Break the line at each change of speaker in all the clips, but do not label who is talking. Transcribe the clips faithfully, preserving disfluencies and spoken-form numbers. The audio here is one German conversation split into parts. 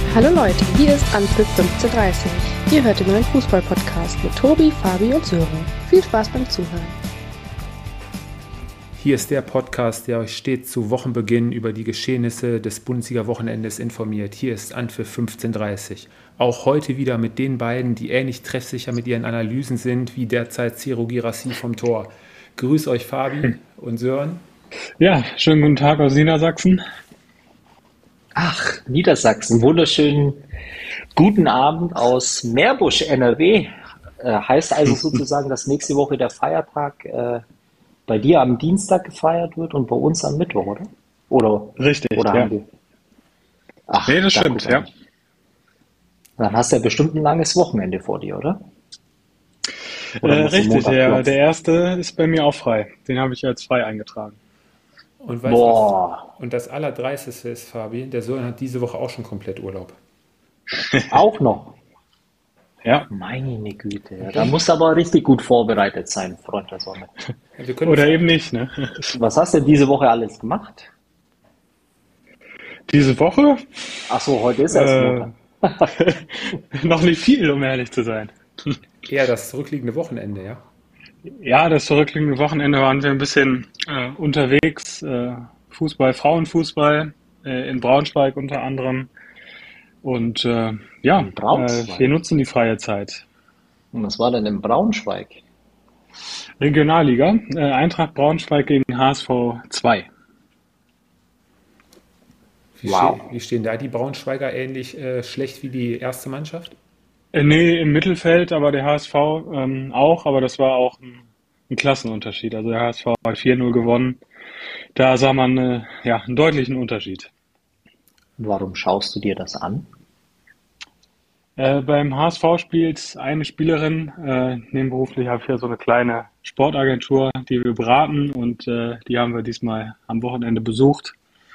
Hallo Leute, hier ist Anpfiff fünfzehnhundertdreißig. Ihr hört den neuen Fußball-Podcast mit Tobi, Fabi und Sören. Viel Spaß beim Zuhören.
Hier ist der Podcast, der euch stets zu Wochenbeginn über die Geschehnisse des Bundesliga-Wochenendes informiert. Hier ist Anpfiff fünfzehnhundertdreißig. Auch heute wieder mit den beiden, die ähnlich treffsicher mit ihren Analysen sind wie derzeit Ciro Girassi vom Tor. Grüß euch Fabi und Sören.
Ja, schönen guten Tag aus Niedersachsen.
Ach, Niedersachsen, wunderschönen guten Abend aus Meerbusch, N R W. Äh, heißt also sozusagen, dass nächste Woche der Feiertag äh, bei dir am Dienstag gefeiert wird und bei uns am Mittwoch, oder? Oder,
Richtig,
oder
ja.
haben wir? Ach,
Nee, das
da
stimmt,
guck
ja.
an. Dann hast du ja bestimmt ein langes Wochenende vor dir, oder? Oder
Äh,
musst du
richtig,
Montag
der,
klopfen?
der erste ist bei mir auch frei. Den habe ich als frei eingetragen.
Und weißt du was?
Boah,
Und das Allerdreisteste ist, Fabi, der Sören hat diese Woche auch schon komplett Urlaub.
auch noch.
Ja,
Meine Güte, ja. Da musst du aber richtig gut vorbereitet sein, Freund der Sonne.
Ja, wir können
oder
uns,
eben nicht, ne?
Was hast du denn diese Woche alles gemacht?
Diese Woche
Ach so, heute ist erst
äh,
Montag.
noch nicht viel, um ehrlich zu sein.
eher das zurückliegende Wochenende, ja?
Ja, das zurückliegende Wochenende waren wir ein bisschen äh, unterwegs. Äh, Fußball, Frauenfußball äh, in Braunschweig unter anderem. Und äh, ja,
In
äh,
Braunschweig?
wir nutzen die freie Zeit.
Und was war denn in Braunschweig?
Regionalliga, äh, Eintracht Braunschweig gegen H S V zwei.
Wie,
Wow.
ste wie stehen da die Braunschweiger ähnlich äh, schlecht wie die erste Mannschaft?
Äh, nee, im Mittelfeld, aber der H S V ähm, auch, aber das war auch ein, ein Klassenunterschied. Also der H S V hat vier null gewonnen. Da sah man äh, ja, einen deutlichen Unterschied.
Warum schaust du dir das an?
Äh, beim H S V spielt eine Spielerin, äh, nebenberuflich habe ich ja so eine kleine Sportagentur, die wir beraten und äh, die haben wir diesmal am Wochenende besucht.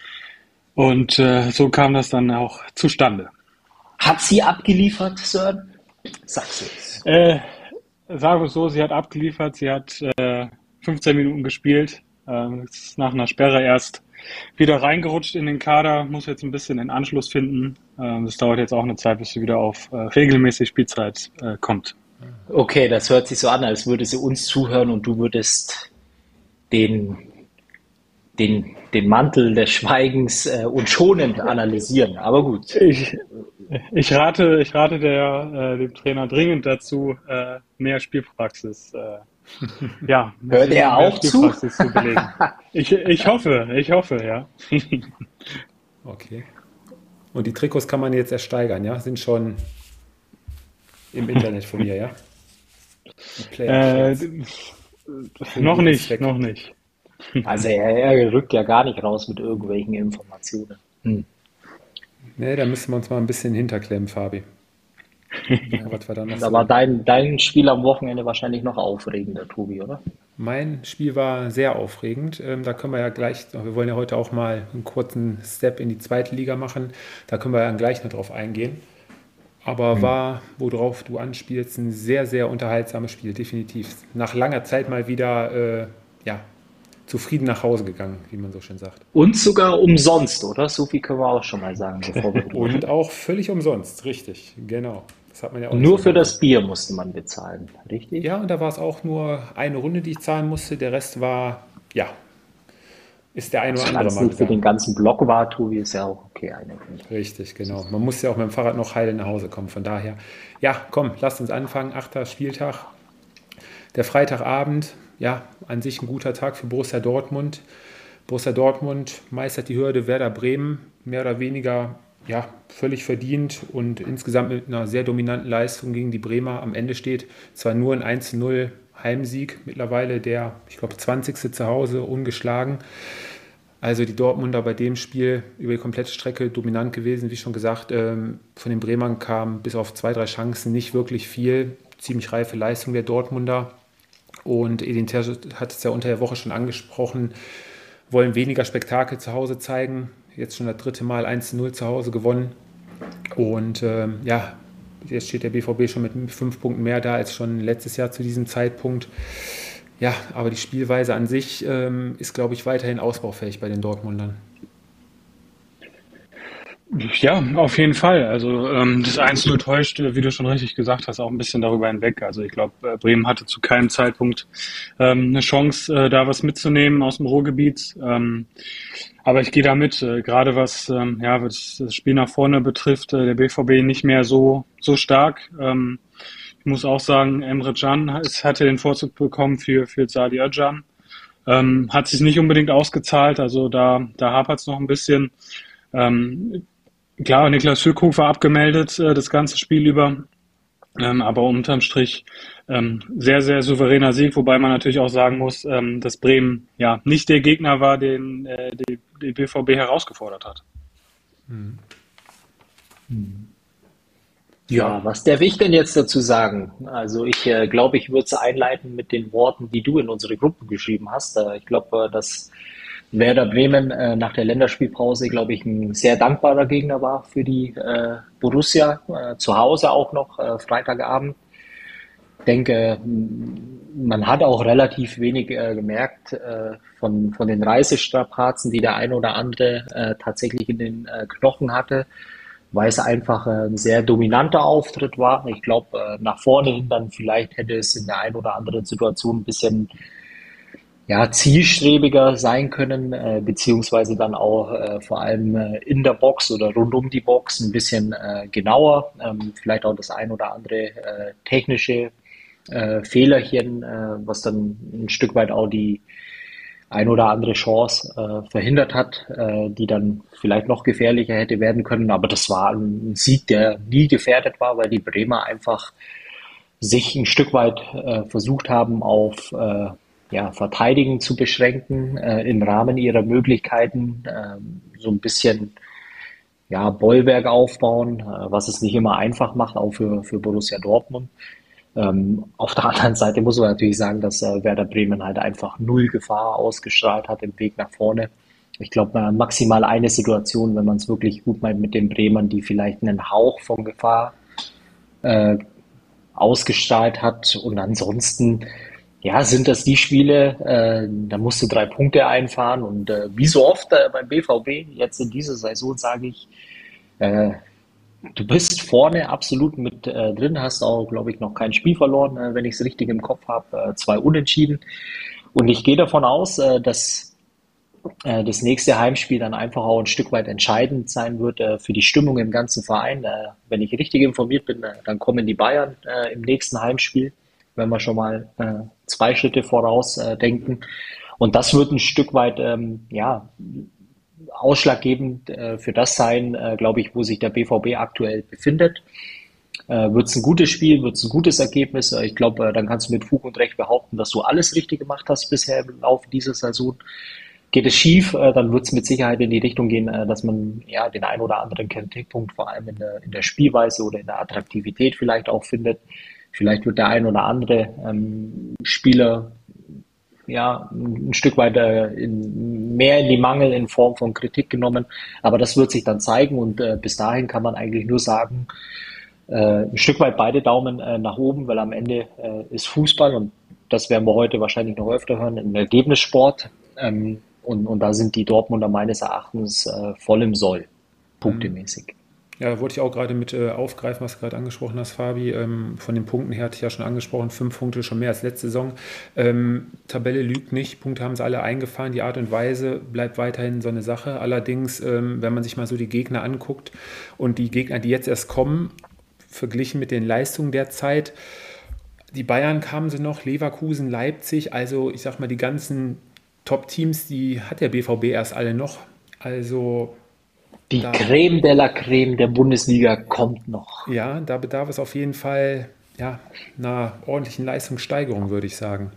Und äh, so kam das dann auch zustande.
Hat sie abgeliefert, Sören? Sag's uns.
Äh, sagen wir es so, sie hat abgeliefert, sie hat äh, fünfzehn Minuten gespielt, äh, ist nach einer Sperre erst wieder reingerutscht in den Kader, muss jetzt ein bisschen den Anschluss finden. Ähm, das dauert jetzt auch eine Zeit, bis sie wieder auf äh, regelmäßig Spielzeit äh, kommt.
Okay, das hört sich so an, als würde sie uns zuhören und du würdest den, den, den Mantel des Schweigens äh, und schonend analysieren. Aber gut.
Ich, ich rate, ich rate der, äh, dem Trainer dringend dazu, äh, mehr Spielpraxis, äh, ja,
Hört er
mehr
auch zu?
Spielpraxis zu belegen. Ich, ich hoffe, ich hoffe, ja.
Okay. Und die Trikots kann man jetzt ersteigern, ja? Sind schon im Internet von mir, ja?
Äh, noch
guten
nicht,
Zweck.
noch nicht.
Also er, er rückt ja gar nicht raus mit irgendwelchen Informationen. Hm.
Ne, da müssen wir uns mal ein bisschen hinterklemmen, Fabi. Ja, was war da noch
Da
so?
war dein, dein Spiel am Wochenende wahrscheinlich noch aufregender, Tobi, oder?
Mein Spiel war sehr aufregend. Ähm, da können wir ja gleich, wir wollen ja heute auch mal einen kurzen Step in die zweite Liga machen. Da können wir ja gleich noch drauf eingehen. Aber war, worauf du anspielst, ein sehr, sehr unterhaltsames Spiel, definitiv. Nach langer Zeit mal wieder äh, ja, zufrieden nach Hause gegangen, wie man so schön sagt.
Und sogar umsonst, oder? So viel können wir auch schon mal sagen, bevor wir drüber
Und auch völlig umsonst, richtig, genau. Das hat man ja auch nicht
Nur
so
für
häufig.
das Bier musste man bezahlen, richtig?
Ja, und da war es auch nur eine Runde, die ich zahlen musste. Der Rest war, ja, ist der ein oder andere
Solange es
mal
nicht für den
gegangen.
ganzen Block war, Tobi, ist ja auch okay eigentlich.
Richtig, genau. Man muss ja auch mit dem Fahrrad noch heil nach Hause kommen. Von daher, ja, komm, lasst uns anfangen. Achter Spieltag, der Freitagabend. Ja, an sich ein guter Tag für Borussia Dortmund. Borussia Dortmund meistert die Hürde Werder Bremen, mehr oder weniger ja, völlig verdient und insgesamt mit einer sehr dominanten Leistung gegen die Bremer. Am Ende steht zwar nur ein eins zu null Heimsieg, mittlerweile der, ich glaube, zwanzigste zu Hause, ungeschlagen. Also die Dortmunder bei dem Spiel über die komplette Strecke dominant gewesen, wie schon gesagt. Ähm, von den Bremern kam bis auf zwei, drei Chancen nicht wirklich viel. Ziemlich reife Leistung der Dortmunder. Und Edin Terzic hat es ja unter der Woche schon angesprochen, wollen weniger Spektakel zu Hause zeigen. Jetzt schon das dritte Mal eins zu null zu Hause gewonnen. Und ähm, ja, jetzt steht der B V B schon mit fünf Punkten mehr da als schon letztes Jahr zu diesem Zeitpunkt. Ja, aber die Spielweise an sich ähm, ist, glaube ich, weiterhin ausbaufähig bei den Dortmundern.
Ja, auf jeden Fall. Also ähm, das eins null täuscht, äh, wie du schon richtig gesagt hast, auch ein bisschen darüber hinweg. Also ich glaube, äh, Bremen hatte zu keinem Zeitpunkt ähm, eine Chance, äh, da was mitzunehmen aus dem Ruhrgebiet. Ähm, aber ich gehe da mit, äh, gerade was, ähm, ja, was das Spiel nach vorne betrifft, äh, der B V B nicht mehr so so stark. Ähm, ich muss auch sagen, Emre Can es hatte den Vorzug bekommen für für Sadi Özcan. Ähm, hat sich nicht unbedingt ausgezahlt, also da da hapert es noch ein bisschen. Ähm, Klar, Niklas Füllkrug war abgemeldet äh, das ganze Spiel über, ähm, aber unterm Strich ähm, sehr, sehr souveräner Sieg, wobei man natürlich auch sagen muss, ähm, dass Bremen ja nicht der Gegner war, den äh, die, die B V B herausgefordert hat.
Mhm.
Ja, was darf ich denn jetzt dazu sagen? Also ich äh, glaube, ich würde es einleiten mit den Worten, die du in unsere Gruppe geschrieben hast. Äh, ich glaube, äh, dass Werder Bremen äh, nach der Länderspielpause, glaube ich, ein sehr dankbarer Gegner war für die äh, Borussia. Äh, zu Hause auch noch, äh, Freitagabend. Ich denke, man hat auch relativ wenig äh, gemerkt äh, von, von den Reisestrapazen, die der ein oder andere äh, tatsächlich in den äh, Knochen hatte, weil es einfach äh, ein sehr dominanter Auftritt war. Ich glaube, äh, nach vorne hin dann vielleicht hätte es in der einen oder anderen Situation ein bisschen ja, zielstrebiger sein können, äh, beziehungsweise dann auch äh, vor allem äh, in der Box oder rund um die Box ein bisschen äh, genauer, ähm, vielleicht auch das ein oder andere äh, technische äh, Fehlerchen, äh, was dann ein Stück weit auch die ein oder andere Chance äh, verhindert hat, äh, die dann vielleicht noch gefährlicher hätte werden können. Aber das war ein Sieg, der nie gefährdet war, weil die Bremer einfach sich ein Stück weit äh, versucht haben, auf äh, ja, Verteidigen zu beschränken, äh, im Rahmen ihrer Möglichkeiten, äh, so ein bisschen ja, Bollwerk aufbauen, äh, was es nicht immer einfach macht, auch für, für Borussia Dortmund. Ähm, auf der anderen Seite muss man natürlich sagen, dass äh, Werder Bremen halt einfach null Gefahr ausgestrahlt hat im Weg nach vorne. Ich glaube, maximal eine Situation, wenn man es wirklich gut meint mit den Bremern, die vielleicht einen Hauch von Gefahr äh, ausgestrahlt hat. Und ansonsten, ja, sind das die Spiele, äh, da musst du drei Punkte einfahren. Und äh, wie so oft äh, beim B V B, jetzt in dieser Saison, sage ich, äh, du bist vorne absolut mit äh, drin, hast auch, glaube ich, noch kein Spiel verloren, äh, wenn ich es richtig im Kopf habe, äh, zwei Unentschieden. Und ich gehe davon aus, äh, dass äh, das nächste Heimspiel dann einfach auch ein Stück weit entscheidend sein wird äh, für die Stimmung im ganzen Verein. Äh, wenn ich richtig informiert bin, äh, dann kommen die Bayern äh, im nächsten Heimspiel, wenn wir schon mal äh, zwei Schritte voraus äh, denken. Und das wird ein Stück weit, ähm, ja, ausschlaggebend äh, für das sein, äh, glaube ich, wo sich der B V B aktuell befindet. Äh, wird es ein gutes Spiel, wird es ein gutes Ergebnis. Äh, ich glaube, äh, dann kannst du mit Fug und Recht behaupten, dass du alles richtig gemacht hast bisher im Laufe dieser Saison. Geht es schief, äh, dann wird es mit Sicherheit in die Richtung gehen, äh, dass man ja den ein oder anderen Kritikpunkt vor allem in der, in der Spielweise oder in der Attraktivität vielleicht auch findet. Vielleicht wird der ein oder andere ähm, Spieler ja, ein Stück weit äh, in, mehr in die Mangel in Form von Kritik genommen. Aber das wird sich dann zeigen und äh, bis dahin kann man eigentlich nur sagen, äh, ein Stück weit beide Daumen äh, nach oben, weil am Ende äh, ist Fußball und das werden wir heute wahrscheinlich noch öfter hören, ein Ergebnissport. Ähm, und, und da sind die Dortmunder meines Erachtens äh, voll im Soll, punktemäßig.
Ja, da wollte ich auch gerade mit äh, aufgreifen, was du gerade angesprochen hast, Fabi. Ähm, von den Punkten her hatte ich ja schon angesprochen, fünf Punkte schon mehr als letzte Saison. Ähm, Tabelle lügt nicht, Punkte haben sie alle eingefahren. Die Art und Weise bleibt weiterhin so eine Sache. Allerdings, ähm, wenn man sich mal so die Gegner anguckt und die Gegner, die jetzt erst kommen, verglichen mit den Leistungen der Zeit, die Bayern kamen sie noch, Leverkusen, Leipzig, also ich sag mal, die ganzen Top-Teams, die hat der B V B erst alle noch. Also
Die
da,
Creme de la Creme der Bundesliga kommt noch.
ja, da bedarf es auf jeden Fall ja, einer ordentlichen Leistungssteigerung, würde ich sagen.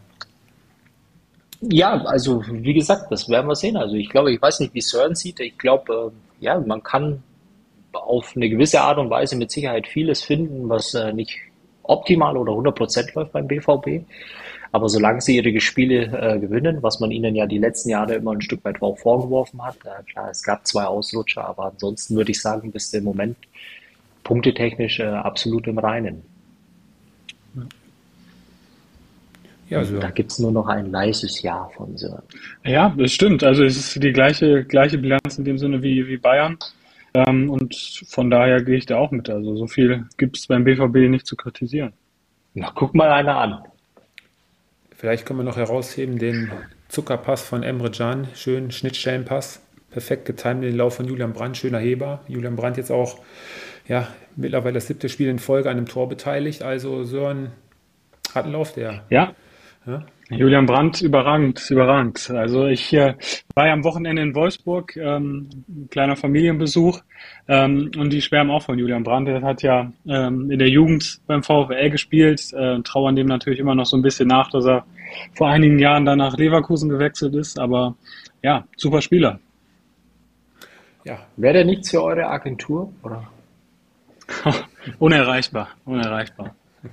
Ja, also wie gesagt, das werden wir sehen. Also ich glaube, ich weiß nicht, wie Sören sieht. Ich glaube, äh, ja, man kann auf eine gewisse Art und Weise mit Sicherheit vieles finden, was äh, nicht optimal oder hundert Prozent läuft beim B V B. Aber solange sie ihre Spiele äh, gewinnen, was man ihnen ja die letzten Jahre immer ein Stück weit auch vorgeworfen hat, äh, klar, es gab zwei Ausrutscher, aber ansonsten würde ich sagen, bist du im Moment punktetechnisch äh, absolut im Reinen.
Ja,
Und
also,
da gibt es nur noch ein leises Ja von Sören.
Ja, das stimmt. Also es ist die gleiche, gleiche Bilanz in dem Sinne wie, wie Bayern. Ähm, und von daher gehe ich da auch mit. Also so viel gibt es beim B V B nicht zu kritisieren.
Na, guck mal einer an.
Vielleicht können wir noch herausheben den Zuckerpass von Emre Can, schön Schnittstellenpass, perfekt getimt in den Lauf von Julian Brandt, schöner Heber. Julian Brandt jetzt auch ja, mittlerweile das siebte Spiel in Folge an einem Tor beteiligt, also Sören hat einen Lauf, der.
Ja,
Ja,
Julian Brandt, überragend, überragend. Also ich äh, war ja am Wochenende in Wolfsburg, ähm, ein kleiner Familienbesuch, ähm, und die schwärmen auch von Julian Brandt. Der hat ja ähm, in der Jugend beim VfL gespielt, äh, trauern dem natürlich immer noch so ein bisschen nach, dass er vor einigen Jahren dann nach Leverkusen gewechselt ist, aber ja, super Spieler.
ja,
Wäre der nichts für eure Agentur? Oder?
Unerreichbar, unerreichbar.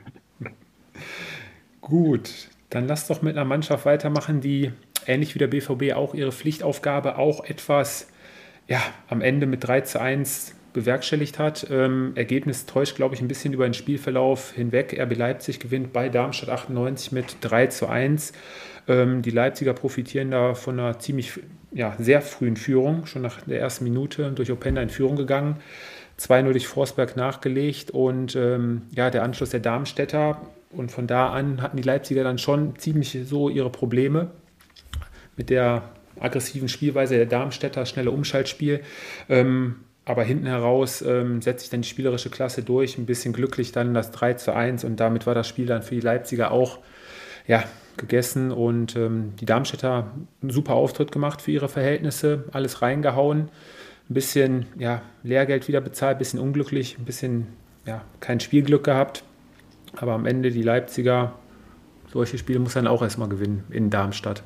gut. Dann lass doch mit einer Mannschaft weitermachen, die ähnlich wie der B V B auch ihre Pflichtaufgabe auch etwas ja, am Ende mit drei zu eins bewerkstelligt hat. Ähm, Ergebnis täuscht, glaube ich, ein bisschen über den Spielverlauf hinweg. R B Leipzig gewinnt bei Darmstadt achtundneunzig mit drei zu eins. Ähm, die Leipziger profitieren da von einer ziemlich, ja, sehr frühen Führung, schon nach der ersten Minute durch Openda in Führung gegangen. zwei null durch Forsberg nachgelegt und ähm, ja, der Anschluss der Darmstädter. Und von da an hatten die Leipziger dann schon ziemlich so ihre Probleme mit der aggressiven Spielweise der Darmstädter, schnelle Umschaltspiel. Ähm, aber hinten heraus ähm, setzt sich dann die spielerische Klasse durch, ein bisschen glücklich dann das drei zu eins und damit war das Spiel dann für die Leipziger auch ja, gegessen und ähm, die Darmstädter einen super Auftritt gemacht für ihre Verhältnisse, alles reingehauen, ein bisschen ja, Lehrgeld wieder bezahlt, ein bisschen unglücklich, ein bisschen ja, kein Spielglück gehabt, aber am Ende die Leipziger, solche Spiele muss dann auch erstmal gewinnen in Darmstadt.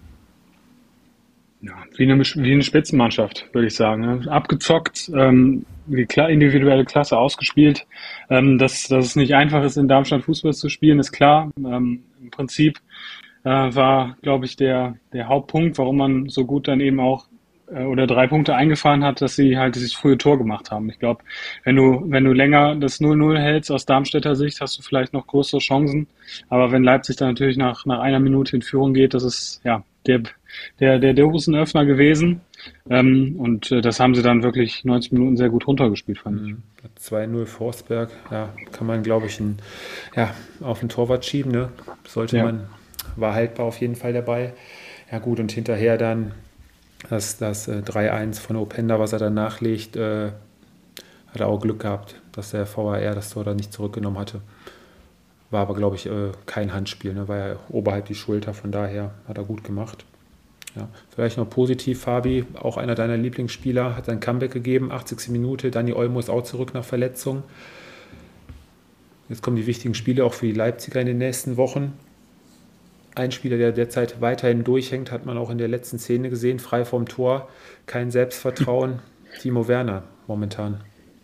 Ja, wie eine, wie eine Spitzenmannschaft, würde ich sagen. Ne? Abgezockt, ähm, die kla- individuelle Klasse ausgespielt. Ähm, dass, dass es nicht einfach ist, in Darmstadt Fußball zu spielen, ist klar. Ähm, im Prinzip äh, war, glaube ich, der, der Hauptpunkt, warum man so gut dann eben auch äh, oder drei Punkte eingefahren hat, dass sie halt dieses frühe Tor gemacht haben. Ich glaube, wenn du, wenn du länger das null null hältst aus Darmstädter Sicht, hast du vielleicht noch größere Chancen. Aber wenn Leipzig dann natürlich nach, nach einer Minute in Führung geht, das ist ja der, der, der Dosenöffner gewesen. Ähm, und äh, das haben sie dann wirklich neunzig Minuten sehr gut runtergespielt, fand ich.
zwei null Forsberg, ja, kann man, glaube ich, ein, ja, auf den Torwart schieben. Ne? Sollte
Ja.
man, war haltbar auf jeden Fall dabei. Ja gut, und hinterher dann das, das äh, drei eins von Openda, was er dann nachlegt, äh, hat er auch Glück gehabt, dass der V A R das Tor dann nicht zurückgenommen hatte. War aber, glaube ich, äh, kein Handspiel, ne? War ja oberhalb die Schulter, von daher hat er gut gemacht. Ja. Vielleicht noch positiv, Fabi, auch einer deiner Lieblingsspieler, hat ein Comeback gegeben, achtzigste Minute, Dani Olmo ist auch zurück nach Verletzung. Jetzt kommen die wichtigen Spiele auch für die Leipziger in den nächsten Wochen. Ein Spieler, der derzeit weiterhin durchhängt, hat man auch in der letzten Szene gesehen, frei vom Tor, kein Selbstvertrauen, Timo Werner momentan.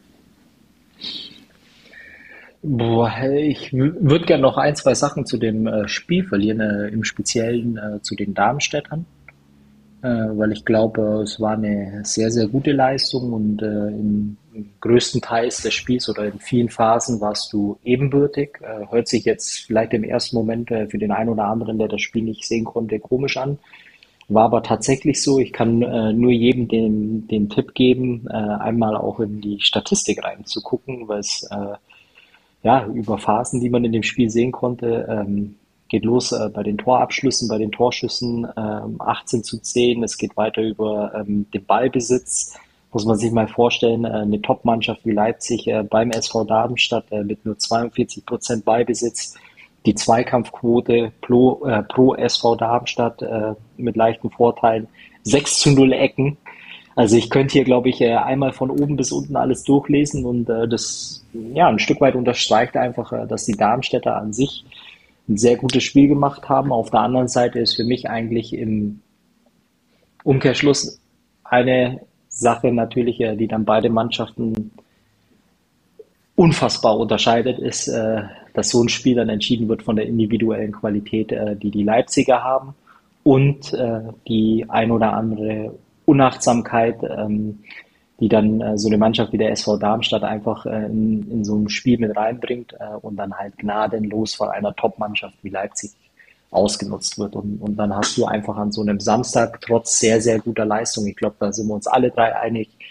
Boah, ich würde gerne noch ein, zwei Sachen zu dem äh, Spiel verlieren, äh, im Speziellen äh, zu den Darmstädtern, äh, weil ich glaube, es war eine sehr, sehr gute Leistung und äh, im, im größten Teil des Spiels oder in vielen Phasen warst du ebenbürtig. Äh, hört sich jetzt vielleicht im ersten Moment äh, für den einen oder anderen, der das Spiel nicht sehen konnte, komisch an. War aber tatsächlich so. Ich kann äh, nur jedem den, den Tipp geben, äh, einmal auch in die Statistik reinzugucken, weil es äh, ja, über Phasen, die man in dem Spiel sehen konnte, ähm, geht los äh, bei den Torabschlüssen, bei den Torschüssen, ähm, achtzehn zu zehn. Es geht weiter über ähm, den Ballbesitz. Muss man sich mal vorstellen, äh, eine Top-Mannschaft wie Leipzig äh, beim S V Darmstadt äh, mit nur zweiundvierzig Prozent Ballbesitz. Die Zweikampfquote pro, äh, pro S V Darmstadt äh, mit leichten Vorteilen. sechs zu null Ecken. Also ich könnte hier, glaube ich, äh, einmal von oben bis unten alles durchlesen und äh, das ja ein Stück weit unterstreicht einfach, äh, dass die Darmstädter an sich ein sehr gutes Spiel gemacht haben. Auf der anderen Seite ist für mich eigentlich im Umkehrschluss eine Sache natürlich, äh, die dann beide Mannschaften unfassbar unterscheidet, ist, äh, dass so ein Spiel dann entschieden wird von der individuellen Qualität, äh, die die Leipziger haben und äh, die ein oder andere Unachtsamkeit, ähm, die dann äh, so eine Mannschaft wie der S V Darmstadt einfach äh, in, in so ein Spiel mit reinbringt äh, und dann halt gnadenlos von einer Top-Mannschaft wie Leipzig ausgenutzt wird. Und, und dann hast du einfach an so einem Samstag trotz sehr, sehr guter Leistung, ich glaube, da sind wir uns alle drei einig,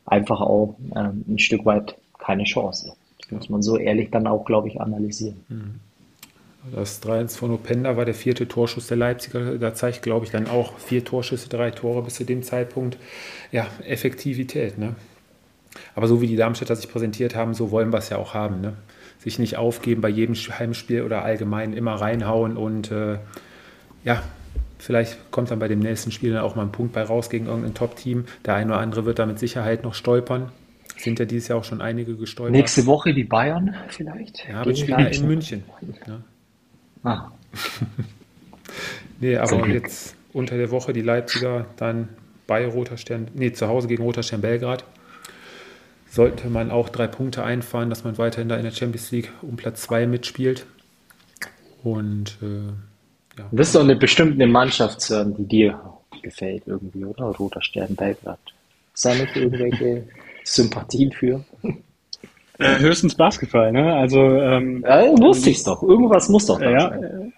einfach auch ähm, ein Stück weit keine Chance. Das muss man so ehrlich dann auch, glaube ich, analysieren.
Das drei eins von Openda war der vierte Torschuss der Leipziger. Da zeigt, glaube ich, dann auch vier Torschüsse, drei Tore bis zu dem Zeitpunkt. Ja, Effektivität. Ne? Aber so wie die Darmstädter sich präsentiert haben, so wollen wir es ja auch haben. Ne? Sich nicht aufgeben bei jedem Heimspiel oder allgemein immer reinhauen und äh, ja, vielleicht kommt dann bei dem nächsten Spiel dann auch mal ein Punkt bei raus gegen irgendein Top-Team. Der eine oder andere wird da mit Sicherheit noch stolpern. Sind ja dieses Jahr auch schon einige gestolpert.
Nächste Woche die Bayern vielleicht?
Ja, aber spielen ja in München. Ne?
Ah.
Nee, aber jetzt unter der Woche die Leipziger, dann bei Roter Stern, nee, zu Hause gegen Roter Stern Belgrad. Sollte man auch drei Punkte einfahren, dass man weiterhin da in der Champions League um Platz zwei mitspielt. Und äh, ja.
Das ist doch eine bestimmte Mannschaft, die dir gefällt irgendwie, oder? Roter Stern Belgrad. Ist da nicht irgendwelche Sympathien für?
Äh, höchstens Basketball, ne? Also ähm,
ja, wusste ich's doch. Irgendwas muss doch da
ja,
sein.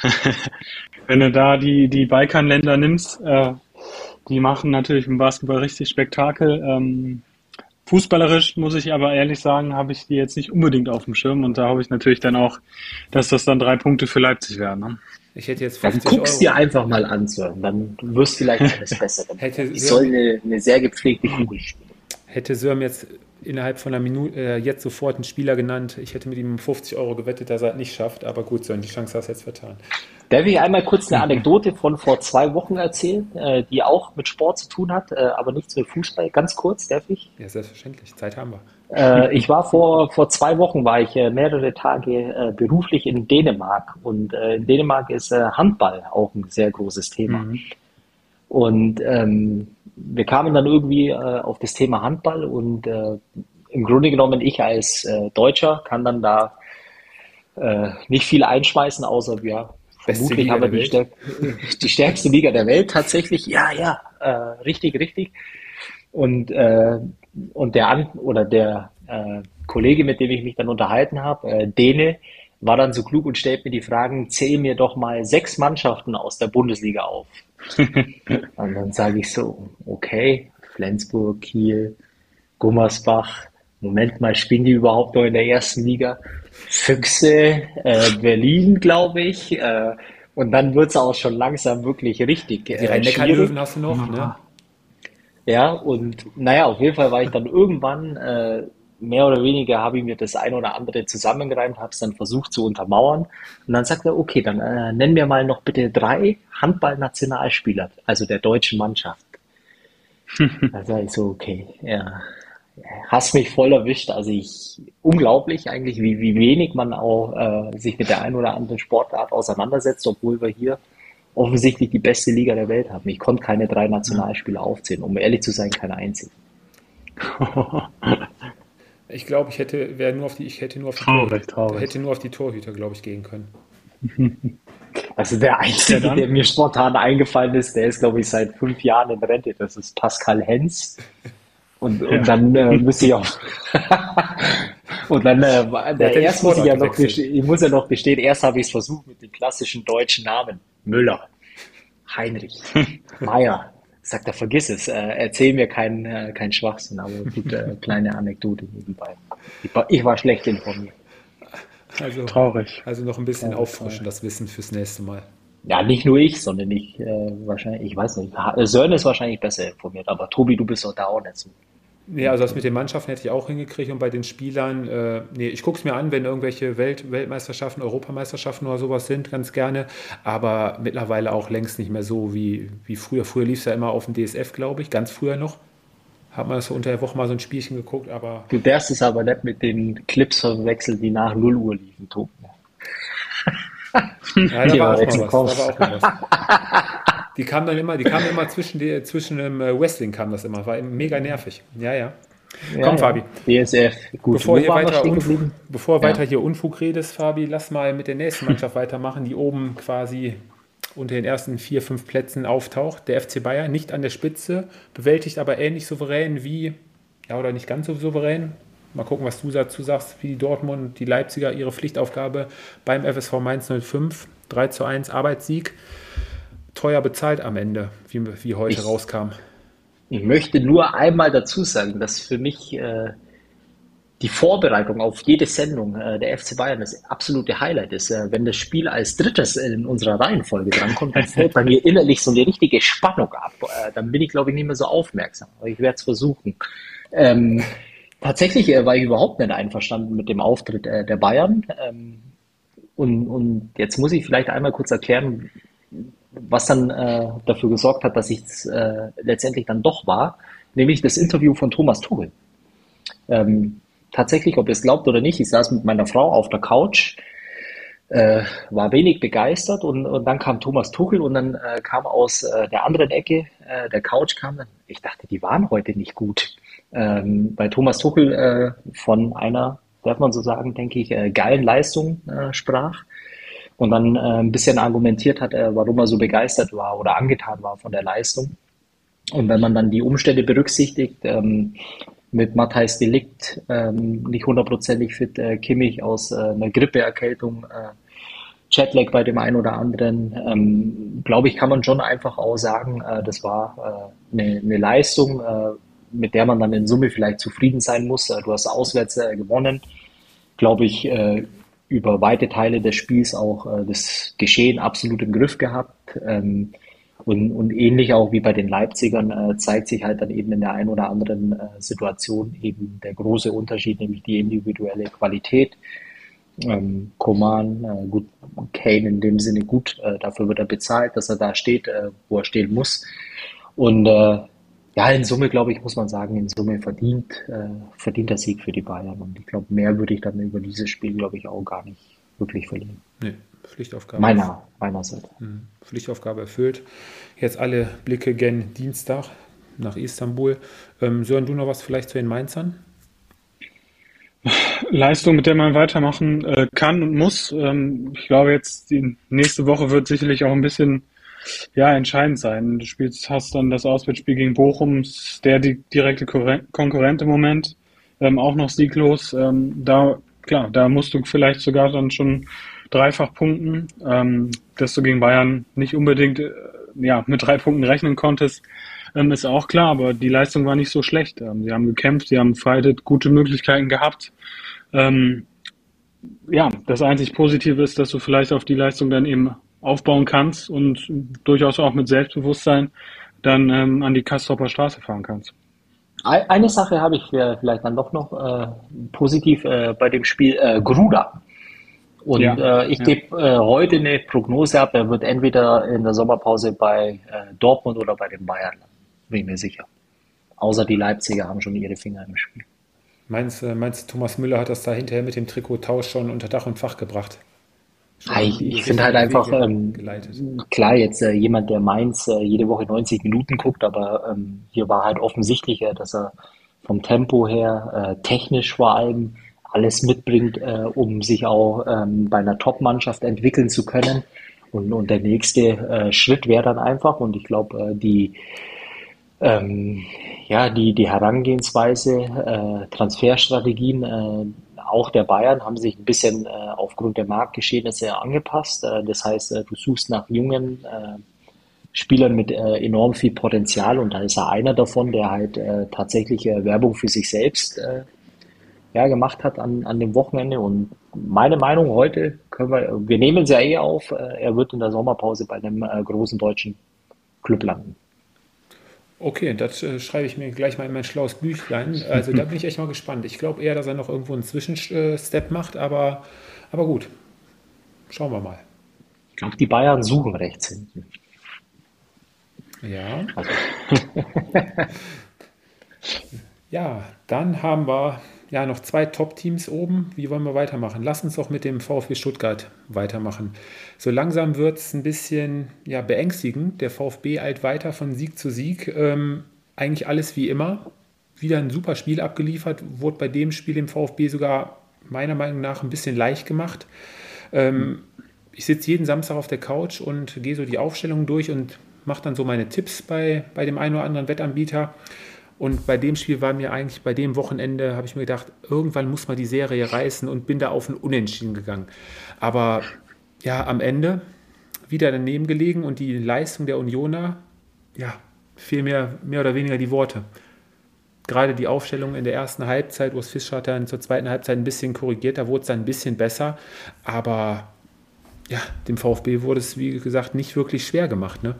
Wenn du da die, die Balkanländer nimmst, äh, die machen natürlich im Basketball richtig Spektakel. Ähm, fußballerisch, muss ich aber ehrlich sagen, habe ich die jetzt nicht unbedingt auf dem Schirm und da habe ich natürlich dann auch, dass das dann drei Punkte für Leipzig wären. Ne?
Ich hätte jetzt
Dann guck's dir einfach mal an, Sören. Dann wirst du vielleicht alles besser.
Hätte
ich soll eine, eine sehr gepflegte Kugel spielen.
Hätte Sören jetzt innerhalb von einer Minute äh, jetzt sofort einen Spieler genannt, ich hätte mit ihm fünfzig Euro gewettet, dass er es nicht schafft, aber gut, Sören, die Chance hast du jetzt vertan.
Darf ich einmal kurz eine Anekdote von vor zwei Wochen erzählen, äh, die auch mit Sport zu tun hat, äh, aber nichts mit Fußball? Ganz kurz, darf ich?
Ja, selbstverständlich. Zeit haben wir.
Äh, ich war vor, vor zwei Wochen, war ich äh, mehrere Tage äh, beruflich in Dänemark und äh, in Dänemark ist äh, Handball auch ein sehr großes Thema. Mhm. Und ähm, wir kamen dann irgendwie äh, auf das Thema Handball und äh, im Grunde genommen ich als äh, Deutscher kann dann da äh, nicht viel einschmeißen, außer ja, vermutlich haben wir die, stärk die stärkste Liga der Welt tatsächlich. Ja, ja, äh, richtig, richtig. Und, äh, und der An oder der äh, Kollege, mit dem ich mich dann unterhalten habe, äh, Däne, war dann so klug und stellt mir die Fragen, zähl mir doch mal sechs Mannschaften aus der Bundesliga auf. Und dann sage ich so, okay, Flensburg, Kiel, Gummersbach, Moment mal, spielen die überhaupt noch in der ersten Liga? Füchse, äh, Berlin, glaube ich. Äh, und dann wird es auch schon langsam wirklich richtig
äh, Die Rhein-Neckar-Löwen hast du noch, ne?
Ja, und naja, auf jeden Fall war ich dann irgendwann, äh, mehr oder weniger habe ich mir das ein oder andere zusammengereimt, habe es dann versucht zu untermauern. Und dann sagt er, okay, dann äh, nenn mir mal noch bitte drei Handball-Nationalspieler, also der deutschen Mannschaft. Da sage ich so, okay, ja, hast mich voll erwischt. Also ich, unglaublich eigentlich, wie, wie wenig man auch äh, sich mit der einen oder anderen Sportart auseinandersetzt, obwohl wir hier offensichtlich die beste Liga der Welt haben. Ich konnte keine drei Nationalspieler aufzählen, um ehrlich zu sein, keine einzige.
Ich glaube, ich hätte, wäre nur auf die, ich hätte nur auf die
traurig,
Torhüter,
traurig.
hätte nur auf die Torhüter, glaube ich, gehen können.
Also der Einzige,
ja,
der mir spontan eingefallen ist, der ist, glaube ich, seit fünf Jahren in Rente. Das ist Pascal Hens. Und, und ja. dann äh, müsste ich auch. und dann, äh, der erst muss ich ja noch gestehen, ich muss ja noch gestehen, erst habe ich es versucht mit den klassischen deutschen Namen. Müller, Heinrich, Meier. Sagt er, vergiss es, äh, erzähl mir keinen äh, kein Schwachsinn, aber gut, äh, kleine Anekdote nebenbei. Ich war, ich war schlecht informiert.
Also,
traurig.
Also noch ein bisschen
traurig,
auffrischen,
traurig.
Das Wissen fürs nächste Mal.
Ja, nicht nur ich, sondern ich äh, wahrscheinlich, ich weiß nicht, Sören ist wahrscheinlich besser informiert, aber Tobi, du bist doch da auch nicht so.
Nee, also das mit den Mannschaften hätte ich auch hingekriegt und bei den Spielern, äh, nee, ich gucke es mir an, wenn irgendwelche Welt, Weltmeisterschaften, Europameisterschaften oder sowas sind, ganz gerne, aber mittlerweile auch längst nicht mehr so wie, wie früher. Früher lief es ja immer auf dem D S F, glaube ich, ganz früher noch. Hat man so unter der Woche mal so ein Spielchen geguckt, aber...
Du darfst es aber nicht mit den Clips verwechseln, die nach null Uhr liefen, Tobi.
Ja, da war, auch mal was, da war auch mal was. Die kamen dann immer, die kamen immer zwischen, die, zwischen dem Wrestling kam das immer, war mega nervig. Ja, ja.
ja
Komm, Fabi.
D S F, gut.
Bevor, hier weiter, Unfug, bevor
ja.
weiter hier Unfug redest, Fabi, lass mal mit der nächsten Mannschaft weitermachen, die oben quasi unter den ersten vier, fünf Plätzen auftaucht. Der F C Bayern, nicht an der Spitze, bewältigt aber ähnlich souverän wie, ja, oder nicht ganz so souverän. Mal gucken, was du dazu sagst, wie die Dortmund, die Leipziger ihre Pflichtaufgabe beim F S V Mainz null fünf, drei zu eins Arbeitssieg. Teuer bezahlt am Ende, wie, wie heute
ich,
rauskam.
Ich möchte nur einmal dazu sagen, dass für mich äh, die Vorbereitung auf jede Sendung äh, der F C Bayern das absolute Highlight ist. Äh, wenn das Spiel als drittes in unserer Reihenfolge drankommt, dann fällt bei mir innerlich so eine richtige Spannung ab. Äh, dann bin ich, glaube ich, nicht mehr so aufmerksam. Aber ich werde es versuchen. Ähm, tatsächlich äh, war ich überhaupt nicht einverstanden mit dem Auftritt äh, der Bayern. Ähm, und, und jetzt muss ich vielleicht einmal kurz erklären, was dann äh, dafür gesorgt hat, dass ich es äh, letztendlich dann doch war, nämlich das Interview von Thomas Tuchel. Ähm, tatsächlich, ob ihr es glaubt oder nicht, ich saß mit meiner Frau auf der Couch, äh, war wenig begeistert und, und dann kam Thomas Tuchel und dann äh, kam aus äh, der anderen Ecke äh, der Couch kam dann, ich dachte, die waren heute nicht gut. Ähm, weil Thomas Tuchel äh, von einer, darf man so sagen, denke ich, äh, geilen Leistung äh, sprach und dann äh, ein bisschen argumentiert hat, äh, warum er so begeistert war oder angetan war von der Leistung. Und wenn man dann die Umstände berücksichtigt, ähm, mit Matthijs de Ligt ähm, nicht hundertprozentig fit, äh, Kimmich aus äh, einer Grippeerkältung, äh, Jetlag bei dem einen oder anderen, ähm, glaube ich, kann man schon einfach auch sagen, äh, das war äh, eine, eine Leistung, äh, mit der man dann in Summe vielleicht zufrieden sein muss. Äh, du hast auswärts äh, gewonnen, glaube ich, äh, über weite Teile des Spiels auch äh, das Geschehen absolut im Griff gehabt. Ähm, und, und ähnlich auch wie bei den Leipzigern äh, zeigt sich halt dann eben in der einen oder anderen äh, Situation eben der große Unterschied, nämlich die individuelle Qualität. Ähm, Coman, äh, gut, Kane in dem Sinne gut, äh, dafür wird er bezahlt, dass er da steht, äh, wo er stehen muss. Und äh, ja, in Summe, glaube ich, muss man sagen, in Summe verdient, äh, verdient der Sieg für die Bayern. Und ich glaube, mehr würde ich dann über dieses Spiel, glaube ich, auch gar nicht wirklich verlieren.
Nee, Pflichtaufgabe.
Meiner, meinerseits.
Mhm. Pflichtaufgabe erfüllt. Jetzt alle Blicke gen Dienstag nach Istanbul. Ähm, Sören, du noch was vielleicht zu den Mainzern?
Leistung, mit der man weitermachen äh, kann und muss. Ähm, ich glaube, jetzt die nächste Woche wird sicherlich auch ein bisschen ja, entscheidend sein. Du spielst, hast dann das Auswärtsspiel gegen Bochum, der die direkte Korre- Konkurrent im Moment, ähm, auch noch sieglos. Ähm, da, klar, da musst du vielleicht sogar dann schon dreifach punkten, ähm, dass du gegen Bayern nicht unbedingt äh, ja, mit drei Punkten rechnen konntest, ähm, ist auch klar, aber die Leistung war nicht so schlecht. Ähm, sie haben gekämpft, sie haben fightet, gute Möglichkeiten gehabt. Ähm, ja, das einzig Positive ist, dass du vielleicht auf die Leistung dann eben aufbauen kannst und durchaus auch mit Selbstbewusstsein dann ähm, an die Castroper Straße fahren kannst.
Ei- Eine Sache habe ich äh, vielleicht dann doch noch äh, positiv äh, bei dem Spiel äh, Gruda. Und
Ja,
äh, ich
ja.
gebe äh, heute eine Prognose ab, er wird entweder in der Sommerpause bei äh, Dortmund oder bei den Bayern, bin ich mir sicher. Außer die Leipziger haben schon ihre Finger im Spiel.
Meinst, äh, meinst du, Thomas Müller hat das da hinterher mit dem Trikottausch schon unter Dach und Fach gebracht? Schon
Ah,
in
Ich,
die
ich finde halt
richtigen
einfach,
Wege
ähm,
geleitet.
klar, jetzt äh, jemand, der Mainz äh, jede Woche neunzig Minuten guckt, aber ähm, hier war halt offensichtlicher, dass er vom Tempo her, äh, technisch vor allem, alles mitbringt, äh, um sich auch ähm, bei einer Top-Mannschaft entwickeln zu können. Und, und der nächste äh, Schritt wäre dann einfach, und ich glaube, äh, die, ähm, ja, die, die Herangehensweise, äh, Transferstrategien, äh, auch der Bayern haben sich ein bisschen äh, aufgrund der Marktgeschehnisse angepasst. Äh, das heißt, äh, du suchst nach jungen äh, Spielern mit äh, enorm viel Potenzial und da ist er einer davon, der halt äh, tatsächlich äh, Werbung für sich selbst äh, ja, gemacht hat an, an dem Wochenende. Und meine Meinung heute, können wir, wir nehmen es ja eh auf, äh, er wird in der Sommerpause bei einem äh, großen deutschen Club landen.
Okay, das äh, schreibe ich mir gleich mal in mein schlaues Büchlein. Also da bin ich echt mal gespannt. Ich glaube eher, dass er noch irgendwo einen Zwischenstep macht, aber, aber gut. Schauen wir mal.
Ich glaube, die Bayern suchen rechts hinten.
Ja.
Also,
Ja, dann haben wir ja noch zwei Top-Teams oben. Wie wollen wir weitermachen? Lass uns doch mit dem VfB Stuttgart weitermachen. So langsam wird es ein bisschen ja, beängstigend. Der VfB eilt weiter von Sieg zu Sieg. Ähm, eigentlich alles wie immer. Wieder ein super Spiel abgeliefert. Wurde bei dem Spiel im VfB sogar meiner Meinung nach ein bisschen leicht gemacht. Ähm, ich sitze jeden Samstag auf der Couch und gehe so die Aufstellungen durch und mache dann so meine Tipps bei, bei dem einen oder anderen Wettanbieter. Und bei dem Spiel war mir eigentlich, bei dem Wochenende, habe ich mir gedacht, irgendwann muss man die Serie reißen und bin da auf ein Unentschieden gegangen. Aber ja, am Ende wieder daneben gelegen und die Leistung der Unioner, ja, fehlen mir mehr oder weniger die Worte. Gerade die Aufstellung in der ersten Halbzeit, Urs Fischer hat dann zur zweiten Halbzeit ein bisschen korrigiert, da wurde es dann ein bisschen besser, aber ja, dem VfB wurde es, wie gesagt, nicht wirklich schwer gemacht, ne?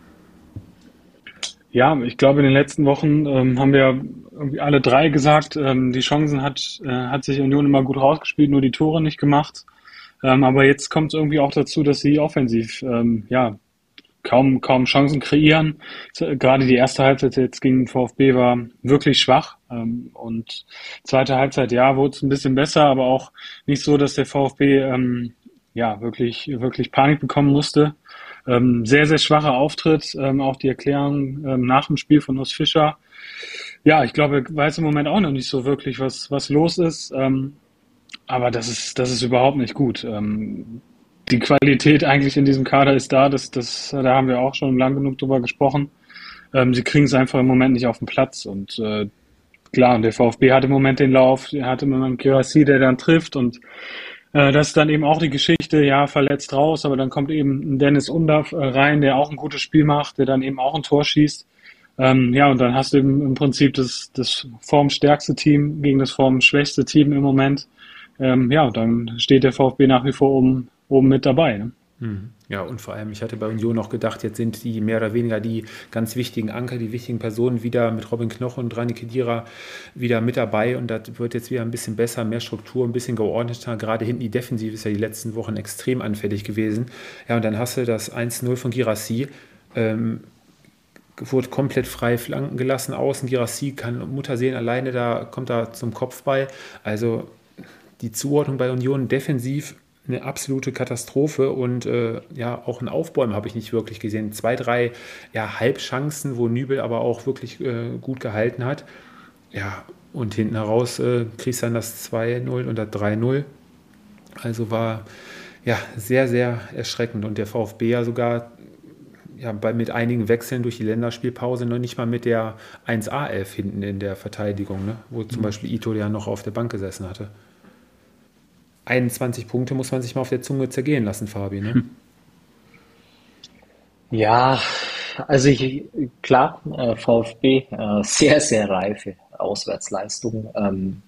Ja, ich glaube, in den letzten Wochen ähm, haben wir irgendwie alle drei gesagt, ähm, die Chancen hat, äh, hat sich Union immer gut rausgespielt, nur die Tore nicht gemacht. Ähm, aber jetzt kommt es irgendwie auch dazu, dass sie offensiv ähm, ja kaum kaum Chancen kreieren. So, gerade die erste Halbzeit jetzt gegen den VfB war wirklich schwach. Ähm, und zweite Halbzeit, ja, wurde es ein bisschen besser, aber auch nicht so, dass der VfB ähm, ja wirklich wirklich Panik bekommen musste. Ähm, sehr, sehr schwacher Auftritt, ähm, auch die Erklärung ähm, nach dem Spiel von Urs Fischer. Ja, ich glaube, er weiß im Moment auch noch nicht so wirklich, was, was los ist. Ähm, aber das ist, das ist überhaupt nicht gut. Ähm, die Qualität eigentlich in diesem Kader ist da, das, das, da haben wir auch schon lang genug drüber gesprochen. Ähm, sie kriegen es einfach im Moment nicht auf den Platz. Und äh, klar, und der VfB hat im Moment den Lauf, er hat im Moment Guirassy, der dann trifft, und Äh, das ist dann eben auch die Geschichte, ja, verletzt raus, aber dann kommt eben ein Dennis Undav äh, rein, der auch ein gutes Spiel macht, der dann eben auch ein Tor schießt. Ähm, ja, und dann hast du eben im Prinzip das, das formstärkste Team gegen das formschwächste Team im Moment. Ähm, ja, und dann steht der VfB nach wie vor oben, oben mit dabei, ne?
Mhm. Ja, und vor allem, ich hatte bei Union noch gedacht, jetzt sind die mehr oder weniger die ganz wichtigen Anker, die wichtigen Personen wieder mit Robin Knoche und Rani Khedira wieder mit dabei, und das wird jetzt wieder ein bisschen besser, mehr Struktur, ein bisschen geordneter. Gerade hinten die Defensive ist ja die letzten Wochen extrem anfällig gewesen. Ja, und dann hast du das eins null von Guirassy, ähm, wurde komplett frei Flanken gelassen, außen Guirassy kann Muttersehen alleine, da kommt er zum Kopfball. Also die Zuordnung bei Union defensiv eine absolute Katastrophe, und äh, ja, auch ein Aufbäumen habe ich nicht wirklich gesehen. Zwei, drei ja, Halbchancen, wo Nübel aber auch wirklich äh, gut gehalten hat. Ja, und hinten heraus äh, kriegst du dann das zwei null und das drei null. Also war ja sehr, sehr erschreckend, und der VfB ja sogar ja, bei, mit einigen Wechseln durch die Länderspielpause noch nicht mal mit der eins A elf hinten in der Verteidigung, ne? Wo zum Beispiel Ito ja noch auf der Bank gesessen hatte. einundzwanzig Punkte muss man sich mal auf der Zunge zergehen lassen, Fabi, ne?
Ja, also ich, klar, äh, VfB, äh, sehr, sehr reife Auswärtsleistung. Ähm,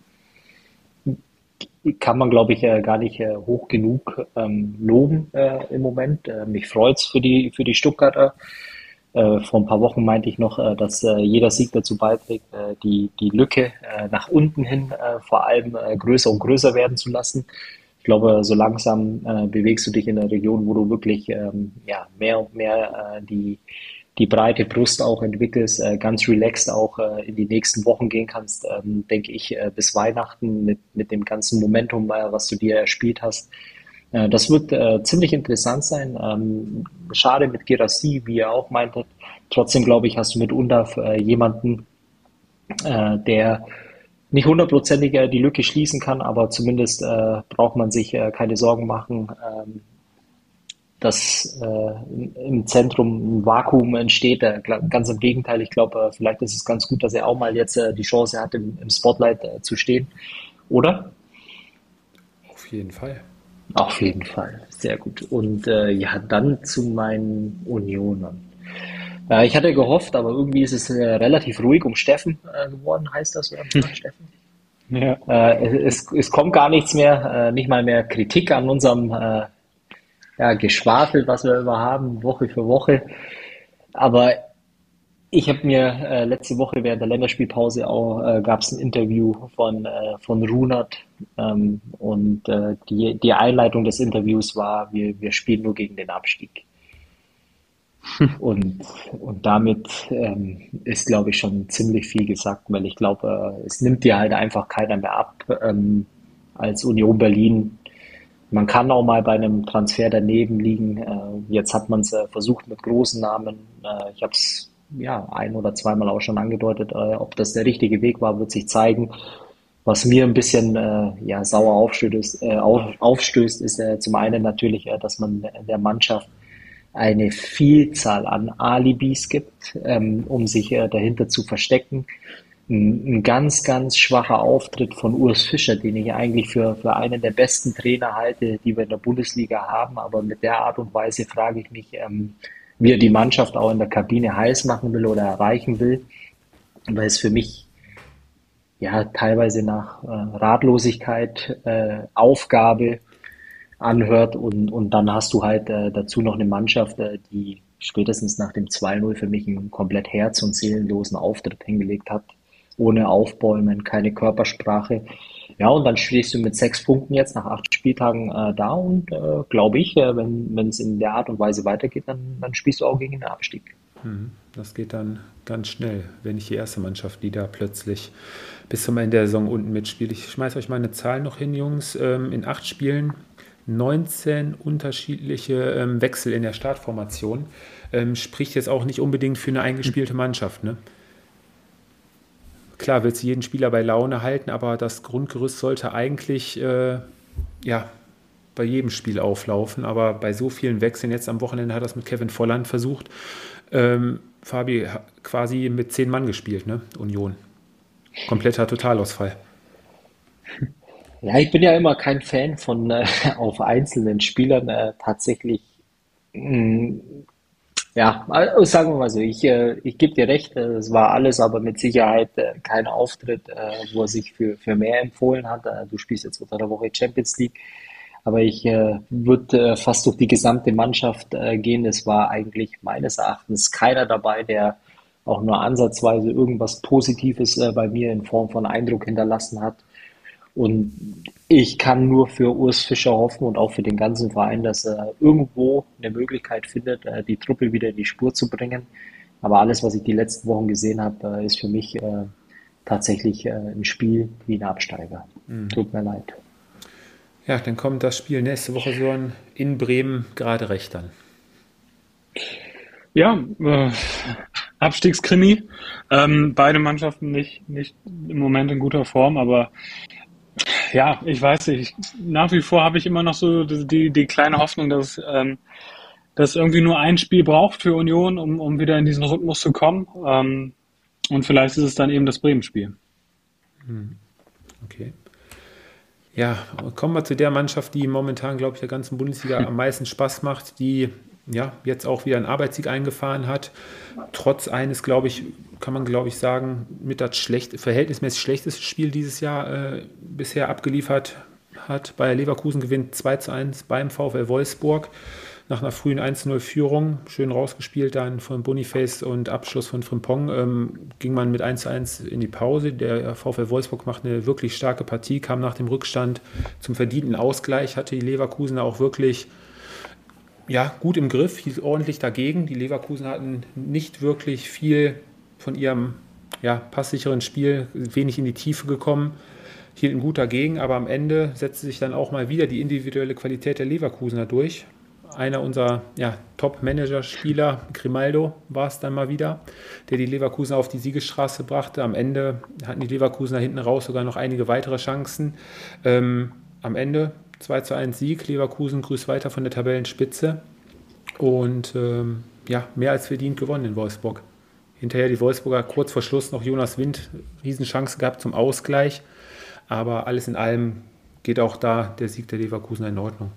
kann man, glaube ich, äh, gar nicht äh, hoch genug ähm, loben äh, im Moment. Äh, mich freut's für die, für die Stuttgarter. Äh, vor ein paar Wochen meinte ich noch, äh, dass äh, jeder Sieg dazu beiträgt, äh, die, die Lücke äh, nach unten hin äh, vor allem äh, größer und größer werden zu lassen. Ich glaube, so langsam äh, bewegst du dich in einer Region, wo du wirklich ähm, ja, mehr und mehr äh, die, die breite Brust auch entwickelst, äh, ganz relaxed auch äh, in die nächsten Wochen gehen kannst, ähm, denke ich, äh, bis Weihnachten mit, mit dem ganzen Momentum, äh, was du dir erspielt hast. Äh, das wird äh, ziemlich interessant sein. Ähm, schade mit Guirassy, wie ihr auch meintet. Trotzdem, glaube ich, hast du mit Undav äh, jemanden, äh, der nicht hundertprozentig äh, die Lücke schließen kann, aber zumindest äh, braucht man sich äh, keine Sorgen machen, ähm, dass äh, im Zentrum ein Vakuum entsteht. Äh, ganz im Gegenteil, ich glaube, äh, vielleicht ist es ganz gut, dass er auch mal jetzt äh, die Chance hat, im, im Spotlight äh, zu stehen. Oder?
Auf jeden Fall.
Auf jeden Fall, sehr gut. Und äh, ja, dann zu meinen Unionern. Äh, ich hatte gehofft, aber irgendwie ist es äh, relativ ruhig um Steffen äh, geworden, heißt das, oder? Steffen?
Ja.
Äh, es, es kommt gar nichts mehr, äh, nicht mal mehr Kritik an unserem äh, ja, Geschwafel, was wir immer haben, Woche für Woche. Aber ich habe mir äh, letzte Woche während der Länderspielpause auch äh, gab es ein Interview von äh, von Runert, ähm, und äh, die die Einleitung des Interviews war: Wir wir spielen nur gegen den Abstieg. Und und damit ähm, ist, glaube ich, schon ziemlich viel gesagt, weil ich glaube, äh, es nimmt dir halt einfach keiner mehr ab, ähm, als Union Berlin. Man kann auch mal bei einem Transfer daneben liegen. Äh, jetzt hat man es äh, versucht mit großen Namen. Äh, ich habe es ja ein oder zweimal auch schon angedeutet. Äh, ob das der richtige Weg war, wird sich zeigen. Was mir ein bisschen äh, ja, sauer aufstößt, äh, auf, aufstößt, ist äh, zum einen natürlich, äh, dass man der Mannschaft eine Vielzahl an Alibis gibt, ähm, um sich äh, dahinter zu verstecken. Ein, ein ganz, ganz schwacher Auftritt von Urs Fischer, den ich eigentlich für, für einen der besten Trainer halte, die wir in der Bundesliga haben. Aber mit der Art und Weise frage ich mich, ähm, wie er die Mannschaft auch in der Kabine heiß machen will oder erreichen will, weil es für mich ja teilweise nach äh, Ratlosigkeit, äh, Aufgabe anhört und, und dann hast du halt äh, dazu noch eine Mannschaft, äh, die spätestens nach dem zwei null für mich einen komplett herz- und seelenlosen Auftritt hingelegt hat, ohne Aufbäumen, keine Körpersprache. Ja, und dann stehst du mit sechs Punkten jetzt nach acht Spieltagen äh, da und äh, glaube ich, äh, wenn wenn es in der Art und Weise weitergeht, dann, dann spielst du auch gegen den Abstieg.
Das geht dann ganz schnell, wenn nicht die erste Mannschaft, die da plötzlich bis zum Ende der Saison unten mitspielt. Ich schmeiße euch mal eine Zahl noch hin, Jungs. Ähm, in acht Spielen neunzehn unterschiedliche ähm, Wechsel in der Startformation. Ähm, spricht jetzt auch nicht unbedingt für eine eingespielte Mannschaft, ne? Klar, willst du jeden Spieler bei Laune halten, aber das Grundgerüst sollte eigentlich äh, ja, bei jedem Spiel auflaufen. Aber bei so vielen Wechseln, jetzt am Wochenende hat er es mit Kevin Volland versucht, ähm, Fabi hat quasi mit zehn Mann gespielt, ne? Union. Kompletter Totalausfall.
Ja, ich bin ja immer kein Fan von äh, auf einzelnen Spielern äh, tatsächlich. mh, Ja, also sagen wir mal so, ich, äh, ich gebe dir recht, äh, es war alles aber mit Sicherheit äh, kein Auftritt, äh, wo er sich für, für mehr empfohlen hat. Äh, du spielst jetzt unter der Woche Champions League, aber ich äh, würde äh, fast durch die gesamte Mannschaft äh, gehen. Es war eigentlich meines Erachtens keiner dabei, der auch nur ansatzweise irgendwas Positives äh, bei mir in Form von Eindruck hinterlassen hat. Und ich kann nur für Urs Fischer hoffen und auch für den ganzen Verein, dass er irgendwo eine Möglichkeit findet, äh, die Truppe wieder in die Spur zu bringen. Aber alles, was ich die letzten Wochen gesehen habe, äh, ist für mich äh, tatsächlich äh, ein Spiel wie ein Absteiger. Tut mir leid.
Ja, dann kommt das Spiel nächste Woche so in Bremen gerade recht dann.
Ja, äh, Abstiegskrimi. Ähm, beide Mannschaften nicht, nicht im Moment in guter Form, aber ja, ich weiß nicht. Nach wie vor habe ich immer noch so die, die, die kleine Hoffnung, dass ähm, dass irgendwie nur ein Spiel braucht für Union, um, um wieder in diesen Rhythmus zu kommen. Ähm, und vielleicht ist es dann eben das Bremen-Spiel.
Okay. Ja, kommen wir zu der Mannschaft, die momentan, glaube ich, der ganzen Bundesliga am meisten Spaß macht, die ja jetzt auch wieder einen Arbeitssieg eingefahren hat. Trotz eines, glaube ich, kann man, glaube ich, sagen, mit das schlecht, verhältnismäßig schlechteste Spiel dieses Jahr äh, bisher abgeliefert hat. Bayer Leverkusen gewinnt zwei zu eins beim VfL Wolfsburg nach einer frühen eins zu null Führung. Schön rausgespielt dann von Boniface und Abschluss von Frimpong. Ähm, ging man mit eins zu eins in die Pause. Der VfL Wolfsburg macht eine wirklich starke Partie, kam nach dem Rückstand zum verdienten Ausgleich, hatte die Leverkusener auch wirklich ja, gut im Griff, hielt ordentlich dagegen. Die Leverkusen hatten nicht wirklich viel von ihrem ja, passsicheren Spiel, wenig in die Tiefe gekommen, hielten gut dagegen, aber am Ende setzte sich dann auch mal wieder die individuelle Qualität der Leverkusener durch. Einer unserer ja, Top-Manager-Spieler, Grimaldo, war es dann mal wieder, der die Leverkusener auf die Siegesstraße brachte. Am Ende hatten die Leverkusener hinten raus sogar noch einige weitere Chancen. Ähm, am Ende zwei zu eins Sieg. Leverkusen grüßt weiter von der Tabellenspitze. Und ähm, ja, mehr als verdient gewonnen in Wolfsburg. Hinterher die Wolfsburger kurz vor Schluss noch Jonas Wind, Riesenchance gehabt zum Ausgleich. Aber alles in allem geht auch da der Sieg der Leverkusener in Ordnung.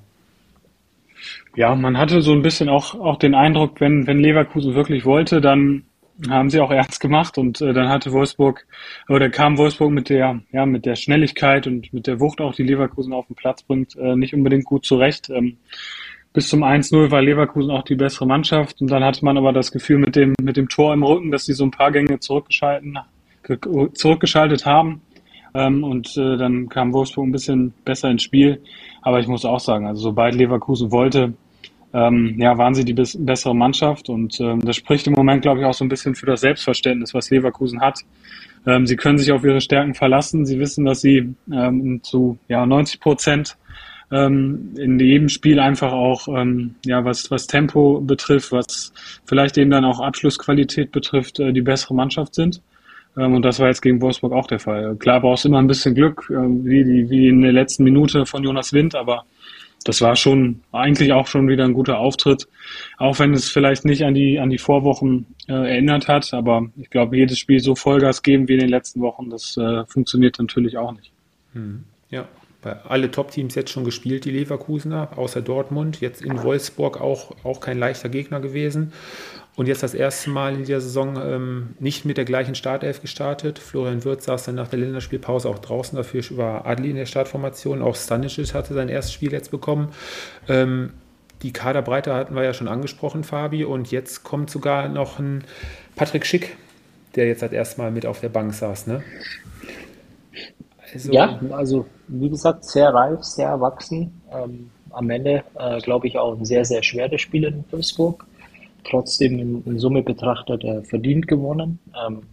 Ja, man hatte so ein bisschen auch, auch den Eindruck, wenn, wenn Leverkusen wirklich wollte, dann haben sie auch ernst gemacht und äh, dann hatte Wolfsburg, oder kam Wolfsburg mit der, ja, mit der Schnelligkeit und mit der Wucht auch, die Leverkusen auf den Platz bringt, äh, nicht unbedingt gut zurecht. Ähm, bis zum eins null war Leverkusen auch die bessere Mannschaft und dann hatte man aber das Gefühl mit dem, mit dem Tor im Rücken, dass sie so ein paar Gänge zurückgeschalten, zurückgeschaltet haben. Ähm, und äh, dann kam Wolfsburg ein bisschen besser ins Spiel. Aber ich muss auch sagen, also sobald Leverkusen wollte, ähm, ja, waren sie die bis- bessere Mannschaft. Und ähm, das spricht im Moment, glaube ich, auch so ein bisschen für das Selbstverständnis, was Leverkusen hat. Ähm, sie können sich auf ihre Stärken verlassen. Sie wissen, dass sie ähm, zu ja, neunzig Prozent ähm, in jedem Spiel einfach auch, ähm, ja, was, was Tempo betrifft, was vielleicht eben dann auch Abschlussqualität betrifft, äh, die bessere Mannschaft sind. Ähm, und das war jetzt gegen Wolfsburg auch der Fall. Klar brauchst du immer ein bisschen Glück, äh, wie, die, wie in der letzten Minute von Jonas Wind, aber das war schon eigentlich auch schon wieder ein guter Auftritt, auch wenn es vielleicht nicht an die an die Vorwochen äh, erinnert hat, aber ich glaube, jedes Spiel so Vollgas geben wie in den letzten Wochen, das äh, funktioniert natürlich auch nicht.
Ja, bei alle Top-Teams jetzt schon gespielt, die Leverkusener, außer Dortmund. Jetzt in Wolfsburg auch, auch kein leichter Gegner gewesen. Und jetzt das erste Mal in dieser Saison ähm, nicht mit der gleichen Startelf gestartet. Florian Wirtz saß dann nach der Länderspielpause auch draußen. Dafür war Adli in der Startformation. Auch Stanisic hatte sein erstes Spiel jetzt bekommen. Ähm, die Kaderbreite hatten wir ja schon angesprochen, Fabi. Und jetzt kommt sogar noch ein Patrick Schick, der jetzt das erste Mal mit auf der Bank saß, ne?
Also, ja, also wie gesagt, sehr reif, sehr erwachsen. Ähm, am Ende, äh, glaube ich, auch ein sehr, sehr schweres Spiel in Wolfsburg. Trotzdem in, in Summe betrachtet äh, verdient gewonnen. Ähm,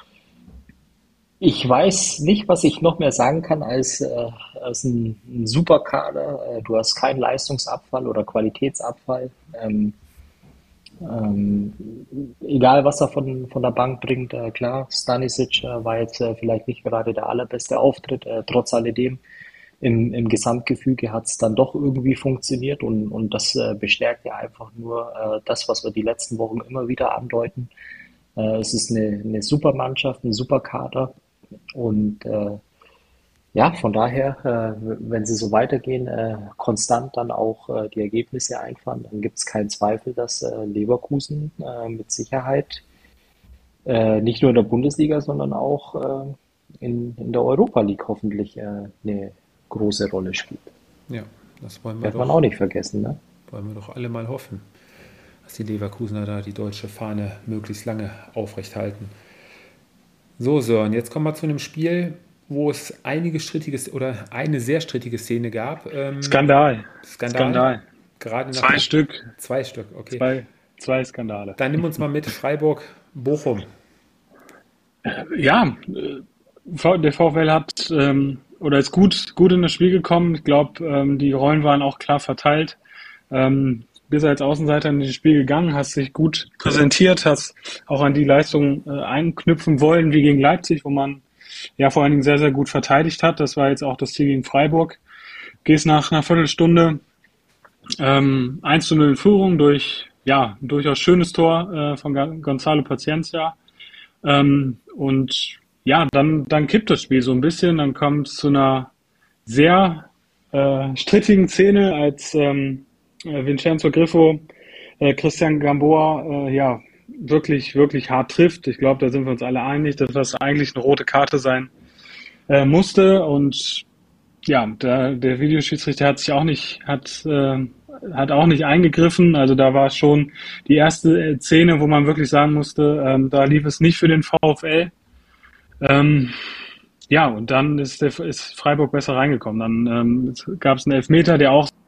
ich weiß nicht, was ich noch mehr sagen kann als, äh, als ein, ein Superkader. Äh, du hast keinen Leistungsabfall oder Qualitätsabfall. Ähm, ähm, egal, was er von, von der Bank bringt, äh, klar, Stanisic äh, war jetzt äh, vielleicht nicht gerade der allerbeste Auftritt. Äh, trotz alledem, im, im Gesamtgefüge hat es dann doch irgendwie funktioniert und, und das äh, bestärkt ja einfach nur äh, das, was wir die letzten Wochen immer wieder andeuten. Äh, es ist eine, eine super Mannschaft, ein super Kader und äh, ja, von daher, äh, wenn sie so weitergehen, äh, konstant dann auch äh, die Ergebnisse einfahren, dann gibt es keinen Zweifel, dass äh, Leverkusen äh, mit Sicherheit äh, nicht nur in der Bundesliga, sondern auch äh, in, in der Europa League hoffentlich äh, eine große Rolle spielt.
Ja, das wollen wir
Darf
doch,
man auch nicht vergessen, ne?
wollen wir doch alle mal hoffen, dass die Leverkusener da die deutsche Fahne möglichst lange aufrecht halten. So, Sören, jetzt kommen wir zu einem Spiel, wo es einige strittige oder eine sehr strittige Szene gab. Ähm,
Skandal.
Skandal.
Skandal.
Gerade nach
Zwei Stück.
Zwei Stück, okay.
Zwei, zwei Skandale.
Dann nimm uns mal mit Freiburg, Bochum.
Ja, äh, der VfL hat ähm, oder ist gut, gut in das Spiel gekommen. Ich glaube, ähm, die Rollen waren auch klar verteilt. Ähm, bist als Außenseiter in das Spiel gegangen, hast dich gut präsentiert, hast auch an die Leistung äh, einknüpfen wollen, wie gegen Leipzig, wo man ja vor allen Dingen sehr, sehr gut verteidigt hat. Das war jetzt auch das Ziel gegen Freiburg. Gehst nach einer Viertelstunde ähm, eins zu null in Führung durch ja ein durchaus schönes Tor äh, von Gonzalo Paciencia. Ähm, und ja, dann, dann kippt das Spiel so ein bisschen. Dann kommt es zu einer sehr äh, strittigen Szene, als ähm, Vincenzo Griffo äh, Christian Gamboa äh, ja wirklich, wirklich hart trifft. Ich glaube, da sind wir uns alle einig, dass das eigentlich eine rote Karte sein äh, musste. Und ja, der, der Videoschiedsrichter hat sich auch nicht, hat, äh, hat auch nicht eingegriffen. Also da war schon die erste Szene, wo man wirklich sagen musste, ähm, da lief es nicht für den VfL. Ähm, ja, und dann ist, der, ist Freiburg besser reingekommen. Dann ähm, gab es einen Elfmeter, der auch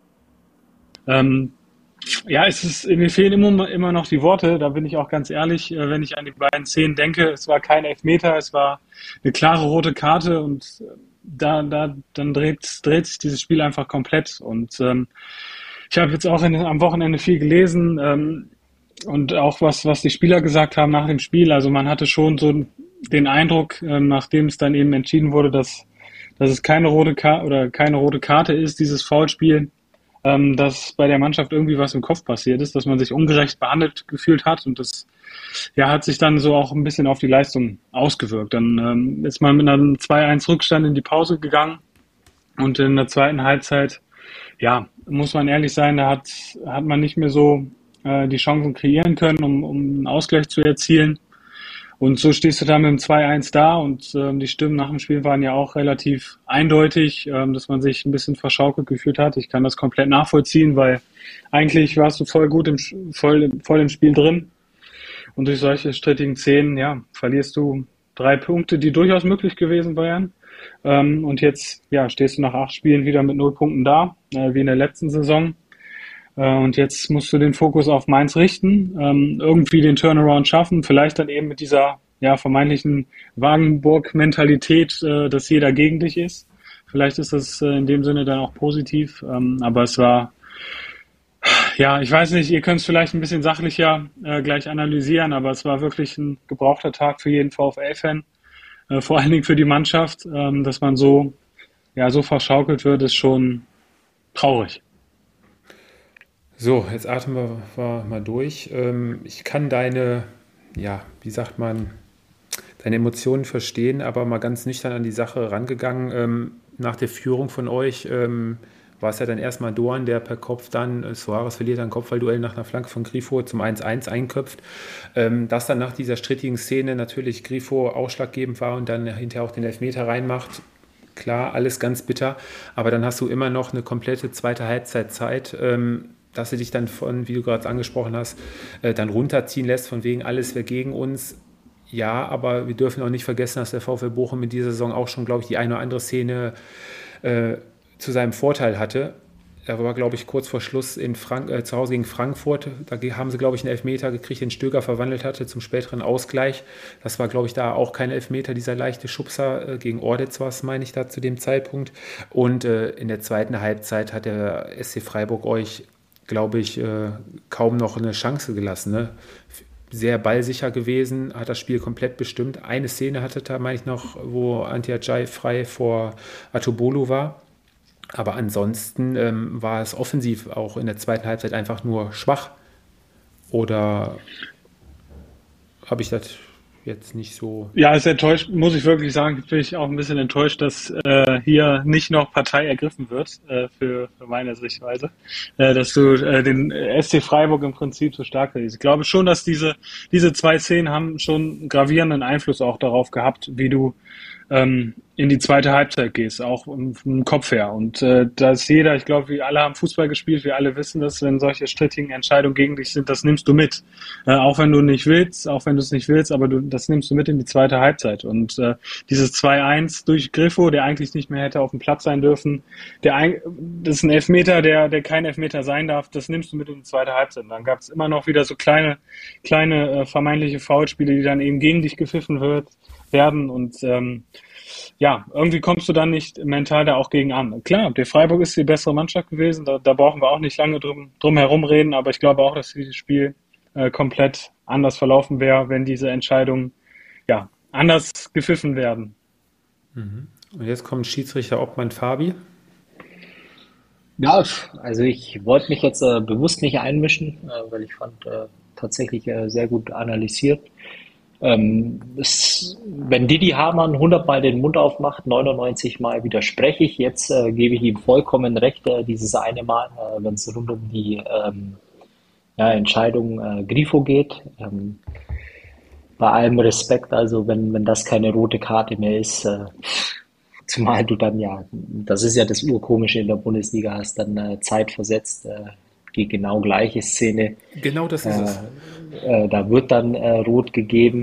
ähm, ja, es ist, mir fehlen immer, immer noch die Worte, da bin ich auch ganz ehrlich, äh, wenn ich an die beiden Szenen denke. Es war kein Elfmeter, es war eine klare rote Karte und da, da dann dreht, dreht sich dieses Spiel einfach komplett. Und ähm, ich habe jetzt auch in, am Wochenende viel gelesen ähm, und auch was, was die Spieler gesagt haben nach dem Spiel. Also man hatte schon so den Eindruck, äh, nachdem es dann eben entschieden wurde, dass, dass es keine rote Karte oder keine rote Karte ist, dieses Foulspiel, ähm, dass bei der Mannschaft irgendwie was im Kopf passiert ist, dass man sich ungerecht behandelt gefühlt hat und das ja, hat sich dann so auch ein bisschen auf die Leistung ausgewirkt. Dann ähm, ist man mit einem zwei eins Rückstand in die Pause gegangen und in der zweiten Halbzeit, ja, muss man ehrlich sein, da hat, hat man nicht mehr so äh, die Chancen kreieren können, um, um einen Ausgleich zu erzielen. Und so stehst du da mit dem zwei eins da und ähm, die Stimmen nach dem Spiel waren ja auch relativ eindeutig, ähm, dass man sich ein bisschen verschaukelt gefühlt hat. Ich kann das komplett nachvollziehen, weil eigentlich warst du voll gut im, voll, voll im Spiel drin. Und durch solche strittigen Szenen, ja, verlierst du drei Punkte, die durchaus möglich gewesen wären. Ähm, und jetzt, ja, stehst du nach acht Spielen wieder mit null Punkten da, äh, wie in der letzten Saison. Und jetzt musst du den Fokus auf Mainz richten, ähm, irgendwie den Turnaround schaffen, vielleicht dann eben mit dieser ja, vermeintlichen Wagenburg-Mentalität, äh, dass jeder gegen dich ist. Vielleicht ist das äh, in dem Sinne dann auch positiv, ähm, aber es war, ja, ich weiß nicht, ihr könnt es vielleicht ein bisschen sachlicher äh, gleich analysieren, aber es war wirklich ein gebrauchter Tag für jeden VfL-Fan, äh, vor allen Dingen für die Mannschaft, ähm, dass man so, ja, so verschaukelt wird, ist schon traurig.
So, jetzt atmen wir, wir mal durch. Ähm, ich kann deine, ja, wie sagt man, deine Emotionen verstehen, aber mal ganz nüchtern an die Sache rangegangen. Ähm, nach der Führung von euch ähm, war es ja dann erstmal Doan, der per Kopf dann, äh, Soares verliert dann ein Kopfballduell nach einer Flanke von Grifo zum eins eins einköpft. Ähm, dass dann nach dieser strittigen Szene natürlich Grifo ausschlaggebend war und dann hinterher auch den Elfmeter reinmacht, klar, alles ganz bitter. Aber dann hast du immer noch eine komplette zweite Halbzeit Zeit, ähm, dass du dich dann von, wie du gerade angesprochen hast, äh, dann runterziehen lässt, von wegen alles wäre gegen uns. Ja, aber wir dürfen auch nicht vergessen, dass der VfL Bochum in dieser Saison auch schon, glaube ich, die eine oder andere Szene äh, zu seinem Vorteil hatte. Er war, glaube ich, kurz vor Schluss in Frank- äh, zu Hause gegen Frankfurt. Da haben sie, glaube ich, einen Elfmeter gekriegt, den Stöger verwandelt hatte zum späteren Ausgleich. Das war, glaube ich, da auch kein Elfmeter, dieser leichte Schubser. Äh, gegen Ordetz war es, meine ich, da zu dem Zeitpunkt. Und äh, in der zweiten Halbzeit hat der S C Freiburg euch, glaube ich, äh, kaum noch eine Chance gelassen, ne? Sehr ballsicher gewesen, hat das Spiel komplett bestimmt. Eine Szene hatte da, meine ich noch, wo Ante Ajayi frei vor Atobolo war. Aber ansonsten ähm, war es offensiv auch in der zweiten Halbzeit einfach nur schwach. Oder habe ich das jetzt nicht so...
Ja, ist enttäuscht, muss ich wirklich sagen, bin ich auch ein bisschen enttäuscht, dass äh, hier nicht noch Partei ergriffen wird, äh, für, für meine Sichtweise, äh, dass du äh, den S C Freiburg im Prinzip so stark verliest. Ich glaube schon, dass diese, diese zwei Szenen haben schon gravierenden Einfluss auch darauf gehabt, wie du ähm, in die zweite Halbzeit gehst, auch im, im Kopf her. Und äh, da ist jeder, ich glaube, wir alle haben Fußball gespielt, wir alle wissen das, wenn solche strittigen Entscheidungen gegen dich sind, das nimmst du mit. Äh, auch wenn du nicht willst, auch wenn du es nicht willst, aber du, das nimmst du mit in die zweite Halbzeit. Und äh, dieses zwei eins durch Grifo, der eigentlich nicht mehr hätte auf dem Platz sein dürfen, der ein, das ist ein Elfmeter, der, der kein Elfmeter sein darf, das nimmst du mit in die zweite Halbzeit. Und dann gab es immer noch wieder so kleine, kleine äh, vermeintliche Foulspiele, die dann eben gegen dich gepfiffen wird, werden und ähm, ja, irgendwie kommst du dann nicht mental da auch gegen an. Klar, der Freiburg ist die bessere Mannschaft gewesen, da, da brauchen wir auch nicht lange drum, drum herum reden, aber ich glaube auch, dass dieses Spiel äh, komplett anders verlaufen wäre, wenn diese Entscheidungen ja, anders gepfiffen werden.
Mhm. Und jetzt kommt Schiedsrichter Obmann Fabi.
Ja, also ich wollte mich jetzt äh, bewusst nicht einmischen, äh, weil ich fand äh, tatsächlich äh, sehr gut analysiert. Ähm, es, wenn Didi Hamann hundert Mal den Mund aufmacht, neunundneunzig Mal widerspreche ich. Jetzt äh, gebe ich ihm vollkommen recht, äh, dieses eine Mal, äh, wenn es rund um die ähm, ja, Entscheidung äh, Grifo geht. Ähm, bei allem Respekt, also wenn, wenn das keine rote Karte mehr ist, äh, zumal du dann ja, das ist ja das Urkomische in der Bundesliga, hast dann äh, Zeit versetzt, äh, die genau gleiche Szene.
Genau das ist
äh,
es.
Äh, da wird dann äh, rot gegeben.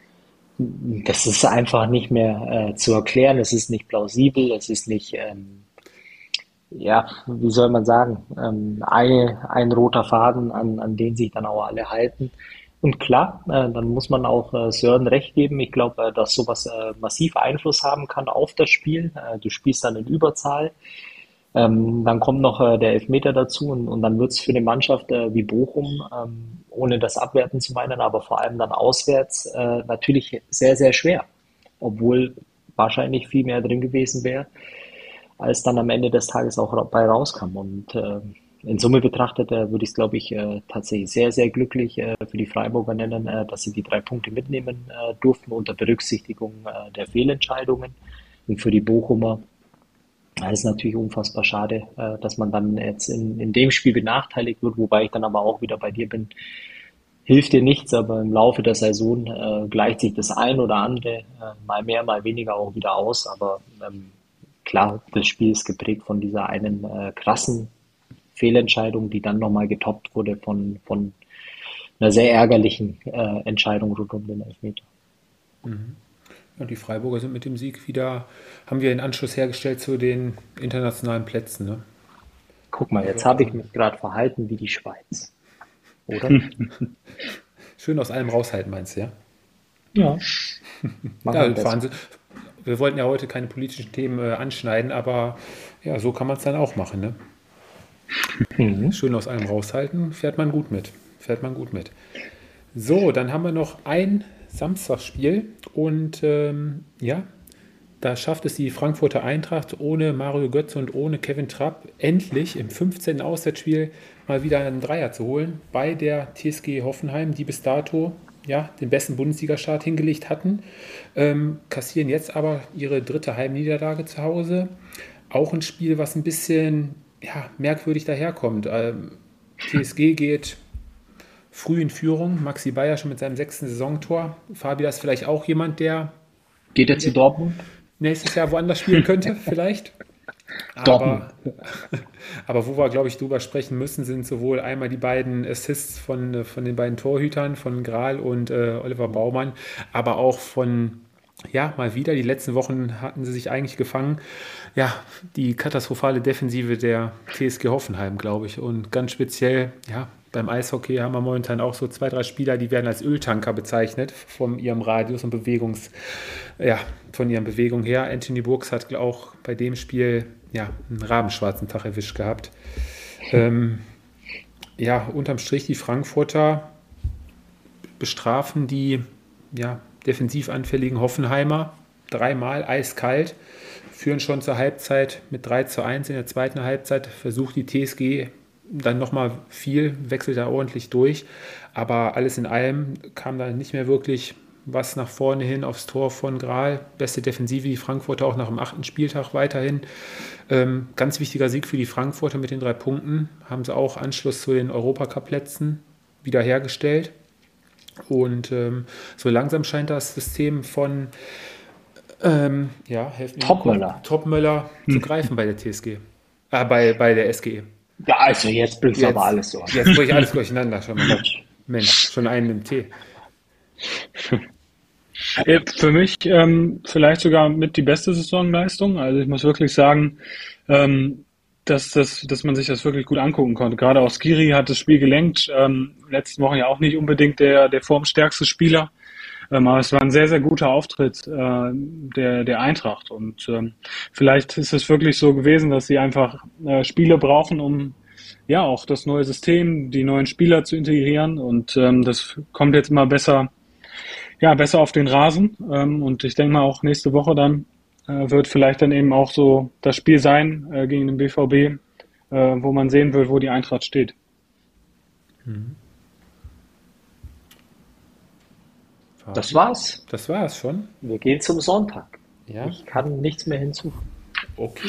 Das ist einfach nicht mehr äh, zu erklären. Es ist nicht plausibel. Es ist nicht, ähm, ja, wie soll man sagen, ähm, eine, ein roter Faden, an, an den sich dann auch alle halten. Und klar, äh, dann muss man auch äh, Sören recht geben. Ich glaube, äh, dass sowas äh, massiv Einfluss haben kann auf das Spiel. Äh, du spielst dann in Überzahl. Ähm, dann kommt noch äh, der Elfmeter dazu und, und dann wird es für eine Mannschaft äh, wie Bochum, ähm, ohne das abwerten zu meinen, aber vor allem dann auswärts äh, natürlich sehr, sehr schwer. Obwohl wahrscheinlich viel mehr drin gewesen wäre, als dann am Ende des Tages auch bei rauskam. Und äh, in Summe betrachtet äh, würde ich es, glaube ich, äh, tatsächlich sehr, sehr glücklich äh, für die Freiburger nennen, äh, dass sie die drei Punkte mitnehmen äh, durften unter Berücksichtigung äh, der Fehlentscheidungen. Und für die Bochumer das ist natürlich unfassbar schade, äh, dass man dann jetzt in, in dem Spiel benachteiligt wird, wobei ich dann aber auch wieder bei dir bin. Hilft dir nichts, aber im Laufe der Saison äh, gleicht sich das ein oder andere äh, mal mehr, mal weniger auch wieder aus. Aber ähm, klar, das Spiel ist geprägt von dieser einen äh, krassen Fehlentscheidung, die dann nochmal getoppt wurde von, von einer sehr ärgerlichen äh, Entscheidung rund um den Elfmeter.
Mhm. Und die Freiburger sind mit dem Sieg wieder, haben wir den Anschluss hergestellt zu den internationalen Plätzen. Ne?
Guck mal, jetzt habe ich mich gerade verhalten wie die Schweiz. Oder?
Schön aus allem raushalten, meinst du, ja?
Ja.
Ja, Wahnsinn. Wir wollten ja heute keine politischen Themen äh, anschneiden, aber ja, so kann man es dann auch machen. Ne? Mhm. Schön aus allem raushalten, fährt man gut mit. Fährt man gut mit. So, dann haben wir noch ein Samstagsspiel und ähm, ja, da schafft es die Frankfurter Eintracht ohne Mario Götze und ohne Kevin Trapp endlich im fünfzehnten Auswärtsspiel mal wieder einen Dreier zu holen bei der T S G Hoffenheim, die bis dato ja, den besten Bundesliga-Start hingelegt hatten, ähm, kassieren jetzt aber ihre dritte Heimniederlage zu Hause. Auch ein Spiel, was ein bisschen ja, merkwürdig daherkommt. Ähm, T S G geht früh in Führung, Maxi Bayer schon mit seinem sechsten Saisontor. Fabi, das ist vielleicht auch jemand, der
Geht er zu Dortmund?
nächstes Jahr woanders spielen könnte, vielleicht.
Dortmund.
Aber, aber wo wir, glaube ich, drüber sprechen müssen, sind sowohl einmal die beiden Assists von, von den beiden Torhütern, von Grahl und äh, Oliver Baumann, aber auch von, ja, mal wieder, die letzten Wochen hatten sie sich eigentlich gefangen, ja, die katastrophale Defensive der T S G Hoffenheim, glaube ich. Und ganz speziell, ja, beim Eishockey haben wir momentan auch so zwei, drei Spieler, die werden als Öltanker bezeichnet von ihrem Radius und Bewegungs, ja, von ihren Bewegungen her. Anthony Brooks hat auch bei dem Spiel ja, einen rabenschwarzen Tag erwischt gehabt. Ähm, ja, unterm Strich die Frankfurter bestrafen die ja, defensiv anfälligen Hoffenheimer dreimal eiskalt, führen schon zur Halbzeit mit drei zu eins. In der zweiten Halbzeit versucht die T S G dann nochmal viel, wechselt da ordentlich durch, aber alles in allem kam da nicht mehr wirklich was nach vorne hin aufs Tor von Grahl. Beste Defensive, die Frankfurter auch nach dem achten Spieltag weiterhin. Ähm, ganz wichtiger Sieg für die Frankfurter mit den drei Punkten. Haben sie auch Anschluss zu den Europacup-Plätzen wiederhergestellt. Und ähm, so langsam scheint das System von ähm, ja, helfen
Topmöller,
Topmöller hm. zu greifen bei der T S G. Äh, bei, bei der S G E.
Ja, also jetzt bringst du aber alles durch.
Jetzt bringe ich alles durcheinander schon mal. Mensch, schon einen im Tee.
Für mich ähm, vielleicht sogar mit die beste Saisonleistung. Also ich muss wirklich sagen, ähm, dass, dass, dass man sich das wirklich gut angucken konnte. Gerade auch Skiri hat das Spiel gelenkt. Ähm, letzten Wochen ja auch nicht unbedingt der, der formstärkste Spieler. Ähm, aber es war ein sehr, sehr guter Auftritt äh, der, der Eintracht. Und ähm, vielleicht ist es wirklich so gewesen, dass sie einfach äh, Spiele brauchen, um ja auch das neue System, die neuen Spieler zu integrieren. Und ähm, das kommt jetzt mal besser, ja, besser auf den Rasen. Ähm, und ich denke mal auch nächste Woche dann äh, wird vielleicht dann eben auch so das Spiel sein äh, gegen den B V B, äh, wo man sehen wird, wo die Eintracht steht.
Mhm.
Das war's.
Das war's schon.
Wir gehen zum Sonntag.
Ja.
Ich kann nichts mehr hinzufügen.
Okay.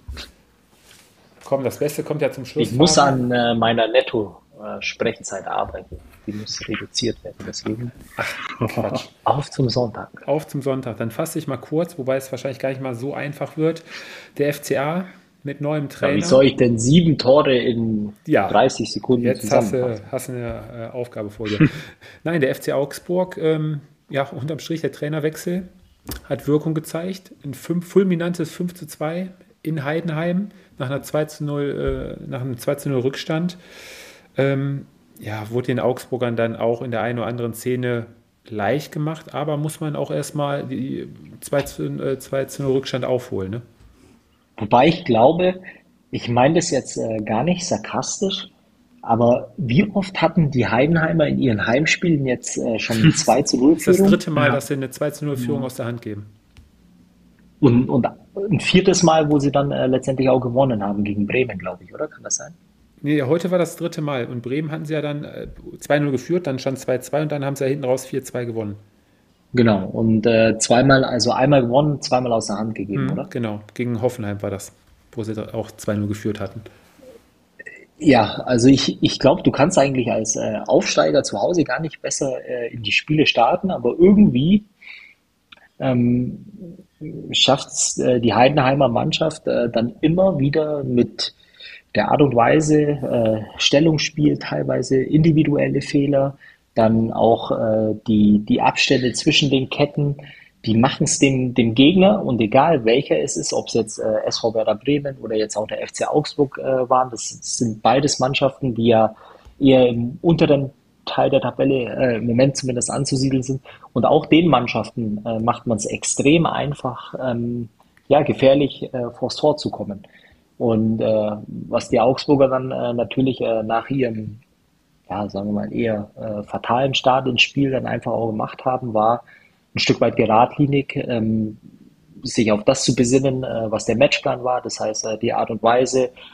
Komm, das Beste kommt ja zum Schluss.
Ich muss an äh, meiner Netto-Sprechzeit arbeiten. Die muss reduziert werden. Deswegen
Ach, Quatsch.
Auf zum Sonntag.
Auf zum Sonntag. Dann fasse ich mal kurz, wobei es wahrscheinlich gar nicht mal so einfach wird. Der F C A mit neuem Trainer.
Ja, wie soll ich denn sieben Tore in
ja,
dreißig Sekunden
jetzt hast
zusammenfassen?
du, hast du eine äh, Aufgabe vor dir. Nein, der F C Augsburg, ähm, ja, unterm Strich der Trainerwechsel hat Wirkung gezeigt. Ein fünf, fulminantes fünf zu zwei in Heidenheim nach, einer zwei zu null, äh, nach einem zwei zu null Rückstand. Ähm, ja, wurde den Augsburgern dann auch in der einen oder anderen Szene leicht gemacht, aber muss man auch erstmal die zwei zu null Rückstand aufholen, ne?
Wobei ich glaube, ich meine das jetzt äh, gar nicht sarkastisch, aber wie oft hatten die Heidenheimer in ihren Heimspielen jetzt äh, schon eine zwei zu null
Das ist das
Führung?
dritte Mal,
Ja.
dass sie eine zwei zu null Führung aus der Hand geben.
Und, und ein viertes Mal, wo sie dann äh, letztendlich auch gewonnen haben gegen Bremen, glaube ich, oder? Kann das sein?
Nee, heute war das dritte Mal. Und Bremen hatten sie ja dann äh, zwei null geführt, dann stand zwei zwei und dann haben sie ja hinten raus vier zwei gewonnen.
Genau. Und äh, zweimal, also einmal gewonnen, zweimal aus der Hand gegeben,
Mhm,
oder?
genau, gegen Hoffenheim war das, wo sie da auch zwei null geführt hatten.
Ja, also ich, ich glaube, du kannst eigentlich als äh, Aufsteiger zu Hause gar nicht besser äh, in die Spiele starten, aber irgendwie ähm, schafft es äh, die Heidenheimer Mannschaft äh, dann immer wieder mit der Art und Weise, äh, Stellungsspiel, teilweise individuelle Fehler, dann auch äh, die, die Abstände zwischen den Ketten, die machen es dem, dem Gegner und egal welcher es ist, ob es jetzt äh, S V Werder Bremen oder jetzt auch der F C Augsburg äh, waren, das sind beides Mannschaften, die ja eher im unteren Teil der Tabelle äh, im Moment zumindest anzusiedeln sind. Und auch den Mannschaften äh, macht man es extrem einfach, ähm, ja, gefährlich äh, vors Tor zu kommen. Und äh, was die Augsburger dann äh, natürlich äh, nach ihrem, ja, sagen wir mal, eher äh, fatalen Start ins Spiel dann einfach auch gemacht haben, war ein Stück weit geradlinig, ähm, sich auf das zu besinnen, äh, was der Matchplan war. Das heißt, äh, die Art und Weise,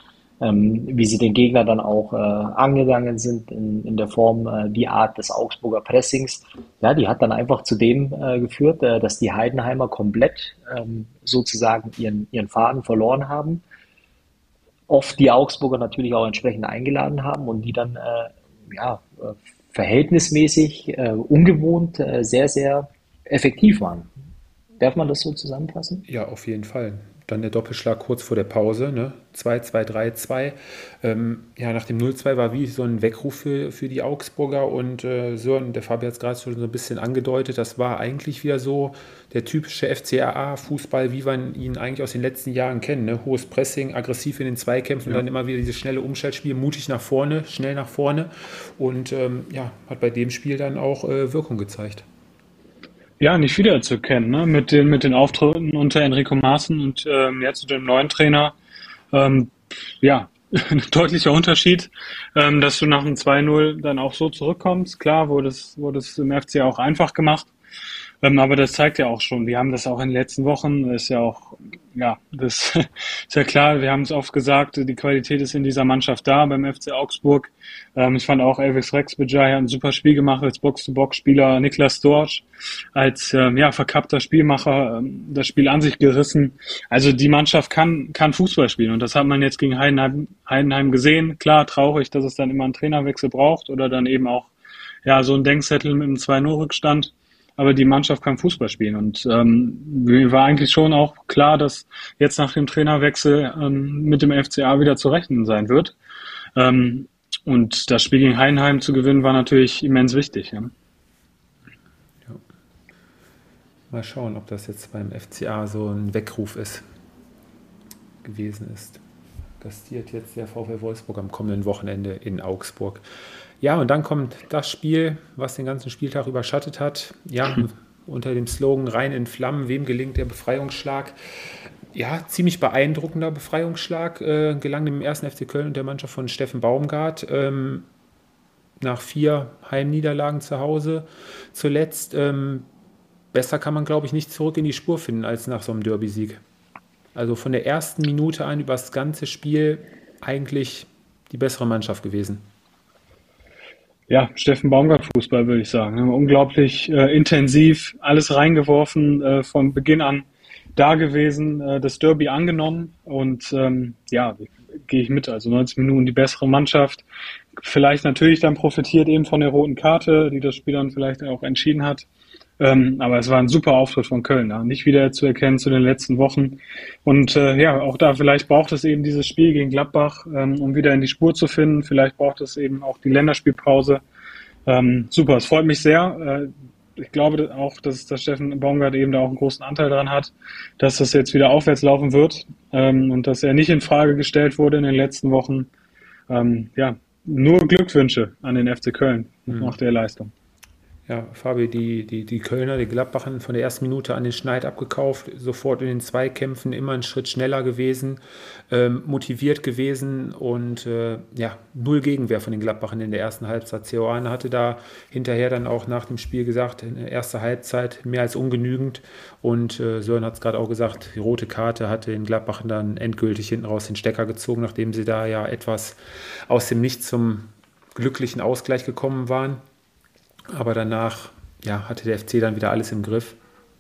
ähm, wie sie den Gegner dann auch äh, angegangen sind in, in der Form, äh, die Art des Augsburger Pressings. Ja, die hat dann einfach zu dem äh, geführt, äh, dass die Heidenheimer komplett ähm, sozusagen ihren, ihren Faden verloren haben. Oft die Augsburger natürlich auch entsprechend eingeladen haben und die dann äh, ja, äh, verhältnismäßig äh, ungewohnt äh, sehr, sehr effektiv waren. Darf man das so zusammenfassen?
Ja, auf jeden Fall. Dann der Doppelschlag kurz vor der Pause, ne? zwei zwei, drei zwei. Ähm, ja, nach dem null zwei war wie so ein Weckruf für, für die Augsburger und äh, Sören, der Fabi hat es gerade schon so ein bisschen angedeutet, das war eigentlich wieder so der typische F C R A-Fußball, wie wir ihn eigentlich aus den letzten Jahren kennen. Ne? Hohes Pressing, aggressiv in den Zweikämpfen, ja. Dann immer wieder dieses schnelle Umschaltspiel, mutig nach vorne, schnell nach vorne und ähm, ja, hat bei dem Spiel dann auch äh, Wirkung gezeigt.
Ja, nicht wiederzuerkennen, ne? Mit den, mit den Auftritten unter Enrico Maaßen und ähm, jetzt mit dem neuen Trainer. Ähm, ja, ein deutlicher Unterschied, ähm, dass du nach einem zwei null dann auch so zurückkommst. Klar, wurde es, wurde es im F C auch einfach gemacht. Ähm, aber das zeigt ja auch schon, wir haben das auch in den letzten Wochen, ist ja auch, ja, das ist ja klar, wir haben es oft gesagt, die Qualität ist in dieser Mannschaft da beim F C Augsburg. Ähm, ich fand auch Elvis Rexbejai hat ein super Spiel gemacht als Box-to-Box-Spieler, Niklas Dorsch als ähm, ja, verkappter Spielmacher, ähm, das Spiel an sich gerissen. Also die Mannschaft kann kann Fußball spielen und das hat man jetzt gegen Heidenheim, Heidenheim gesehen. Klar, traurig, dass es dann immer einen Trainerwechsel braucht oder dann eben auch ja so ein Denkzettel mit einem zwei null Rückstand. Aber die Mannschaft kann Fußball spielen und ähm, mir war eigentlich schon auch klar, dass jetzt nach dem Trainerwechsel ähm, mit dem F C A wieder zu rechnen sein wird. Ähm, und das Spiel gegen Heidenheim zu gewinnen war natürlich immens wichtig. Ja.
Ja. Mal schauen, ob das jetzt beim F C A so ein Weckruf ist, gewesen ist. Gastiert jetzt der VfL Wolfsburg am kommenden Wochenende in Augsburg. Ja, und dann kommt das Spiel, was den ganzen Spieltag überschattet hat. Ja, unter dem Slogan rein in Flammen, wem gelingt der Befreiungsschlag? Ja, ziemlich beeindruckender Befreiungsschlag äh, gelang dem ersten F C Köln und der Mannschaft von Steffen Baumgart. Ähm, nach vier Heimniederlagen zu Hause zuletzt. Ähm, besser kann man, glaube ich, nicht zurück in die Spur finden als nach so einem Derby-Sieg. Also von der ersten Minute an über das ganze Spiel eigentlich die bessere Mannschaft gewesen.
Ja, Steffen Baumgart Fußball, würde ich sagen. Unglaublich äh, intensiv, alles reingeworfen, äh, von Beginn an da gewesen, äh, das Derby angenommen und ähm, ja, gehe ich mit. Also neunzig Minuten die bessere Mannschaft. Vielleicht natürlich dann profitiert eben von der roten Karte, die das Spiel dann vielleicht auch entschieden hat. Ähm, aber es war ein super Auftritt von Köln, ja. Nicht wieder zu erkennen zu den letzten Wochen. Und äh, ja, auch da vielleicht braucht es eben dieses Spiel gegen Gladbach, ähm, um wieder in die Spur zu finden. Vielleicht braucht es eben auch die Länderspielpause. Ähm, super, es freut mich sehr. Äh, ich glaube auch, dass, dass Steffen Baumgart eben da auch einen großen Anteil daran hat, dass das jetzt wieder aufwärts laufen wird ähm, und dass er nicht in Frage gestellt wurde in den letzten Wochen. Ähm, ja, nur Glückwünsche an den F C Köln
Mhm.
nach der Leistung.
Ja, Fabi, die, die, die Kölner, die Gladbacher von der ersten Minute an den Schneid abgekauft, sofort in den Zweikämpfen immer einen Schritt schneller gewesen, ähm, motiviert gewesen und äh, ja, null Gegenwehr von den Gladbachern in der ersten Halbzeit. Ceoane hatte da hinterher dann auch nach dem Spiel gesagt, in der ersten Halbzeit mehr als ungenügend und äh, Sören hat es gerade auch gesagt, die rote Karte hatte den Gladbachern dann endgültig hinten raus den Stecker gezogen, nachdem sie da ja etwas aus dem Nichts zum glücklichen Ausgleich gekommen waren. Aber danach ja, hatte der F C dann wieder alles im Griff.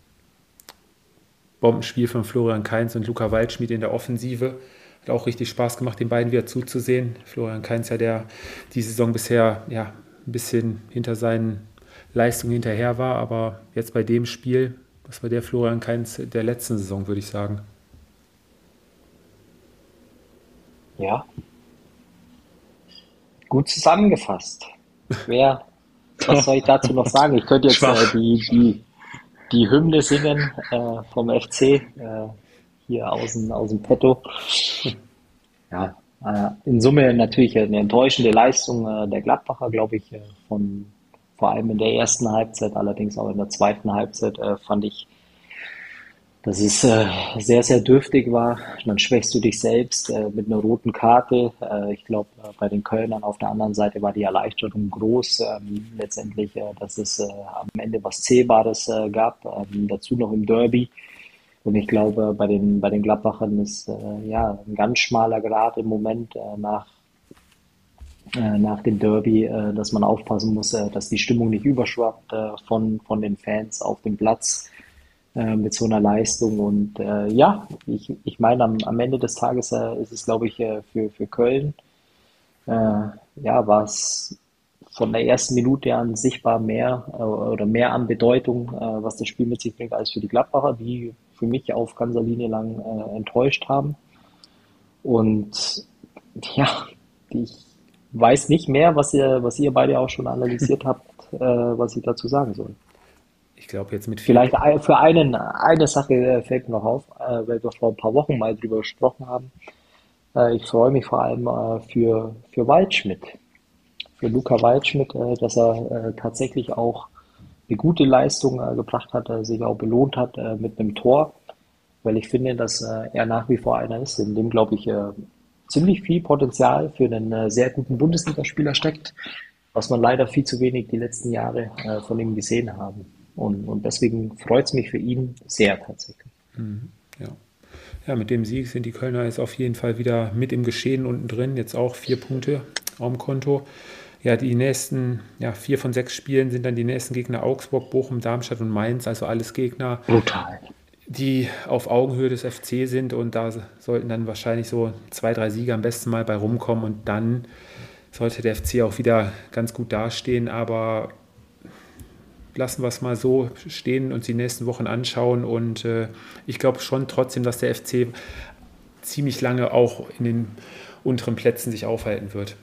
Bombenspiel von Florian Kainz und Luca Waldschmidt in der Offensive. Hat auch richtig Spaß gemacht, den beiden wieder zuzusehen. Florian Kainz ja, der die Saison bisher ja, ein bisschen hinter seinen Leistungen hinterher war. Aber jetzt bei dem Spiel, das war der Florian Kainz der letzten Saison, würde ich sagen.
Ja, gut zusammengefasst. Wer, was soll ich dazu noch sagen? Ich könnte jetzt äh, die, die, die Hymne singen äh, vom F C, äh, hier aus dem, aus dem Petto. Ja, äh, in Summe natürlich eine enttäuschende Leistung äh, der Gladbacher, glaube ich, äh, von vor allem in der ersten Halbzeit, allerdings auch in der zweiten Halbzeit äh, fand ich, dass es äh, sehr, sehr dürftig war. Dann schwächst du dich selbst äh, mit einer roten Karte. Äh, ich glaube, äh, bei den Kölnern auf der anderen Seite war die Erleichterung groß. Ähm, letztendlich, äh, dass es äh, am Ende was Zählbares äh, gab. Ähm, dazu noch im Derby. Und ich glaube, bei den, bei den Gladbachern ist äh, ja ein ganz schmaler Grat im Moment äh, nach, äh, nach dem Derby, äh, dass man aufpassen muss, äh, dass die Stimmung nicht überschwappt äh, von, von den Fans auf dem Platz äh, mit so einer Leistung. Und äh, ja, ich, ich meine, am, am Ende des Tages äh, ist es, glaube ich, äh, für, für Köln, äh, ja, war es von der ersten Minute an sichtbar mehr äh, oder mehr an Bedeutung, äh, was das Spiel mit sich bringt, als für die Gladbacher, die für mich auf ganzer Linie lang äh, enttäuscht haben. Und ja, ich weiß nicht mehr, was ihr, was ihr beide auch schon analysiert habt, äh, was ich dazu sagen soll.
Ich glaube jetzt mit vier.
Vielleicht ein- für einen, eine Sache äh, fällt mir noch auf, äh, weil wir vor ein paar Wochen mal drüber gesprochen haben. Äh, ich freue mich vor allem äh, für, für Waldschmidt, für Luca Waldschmidt, äh, dass er äh, tatsächlich auch eine gute Leistung äh, gebracht hat, äh, sich auch belohnt hat äh, mit einem Tor, weil ich finde, dass äh, er nach wie vor einer ist, in dem, glaube ich, äh, ziemlich viel Potenzial für einen äh, sehr guten Bundesligaspieler steckt, was man leider viel zu wenig die letzten Jahre äh, von ihm gesehen haben. Und, und deswegen freut es mich für ihn sehr tatsächlich.
Ja. Ja, mit dem Sieg sind die Kölner jetzt auf jeden Fall wieder mit im Geschehen unten drin. Jetzt auch vier Punkte auf dem Konto. Ja, die nächsten, ja, vier von sechs Spielen sind dann die nächsten Gegner Augsburg, Bochum, Darmstadt und Mainz. Also alles Gegner,
Brutal.
die auf Augenhöhe des F C sind. Und da sollten dann wahrscheinlich so zwei, drei Siege am besten mal bei rumkommen. Und dann sollte der F C auch wieder ganz gut dastehen. Aber lassen wir es mal so stehen, uns die nächsten Wochen anschauen. Und äh, ich glaube schon trotzdem, dass der F C ziemlich lange auch in den unteren Plätzen sich aufhalten wird.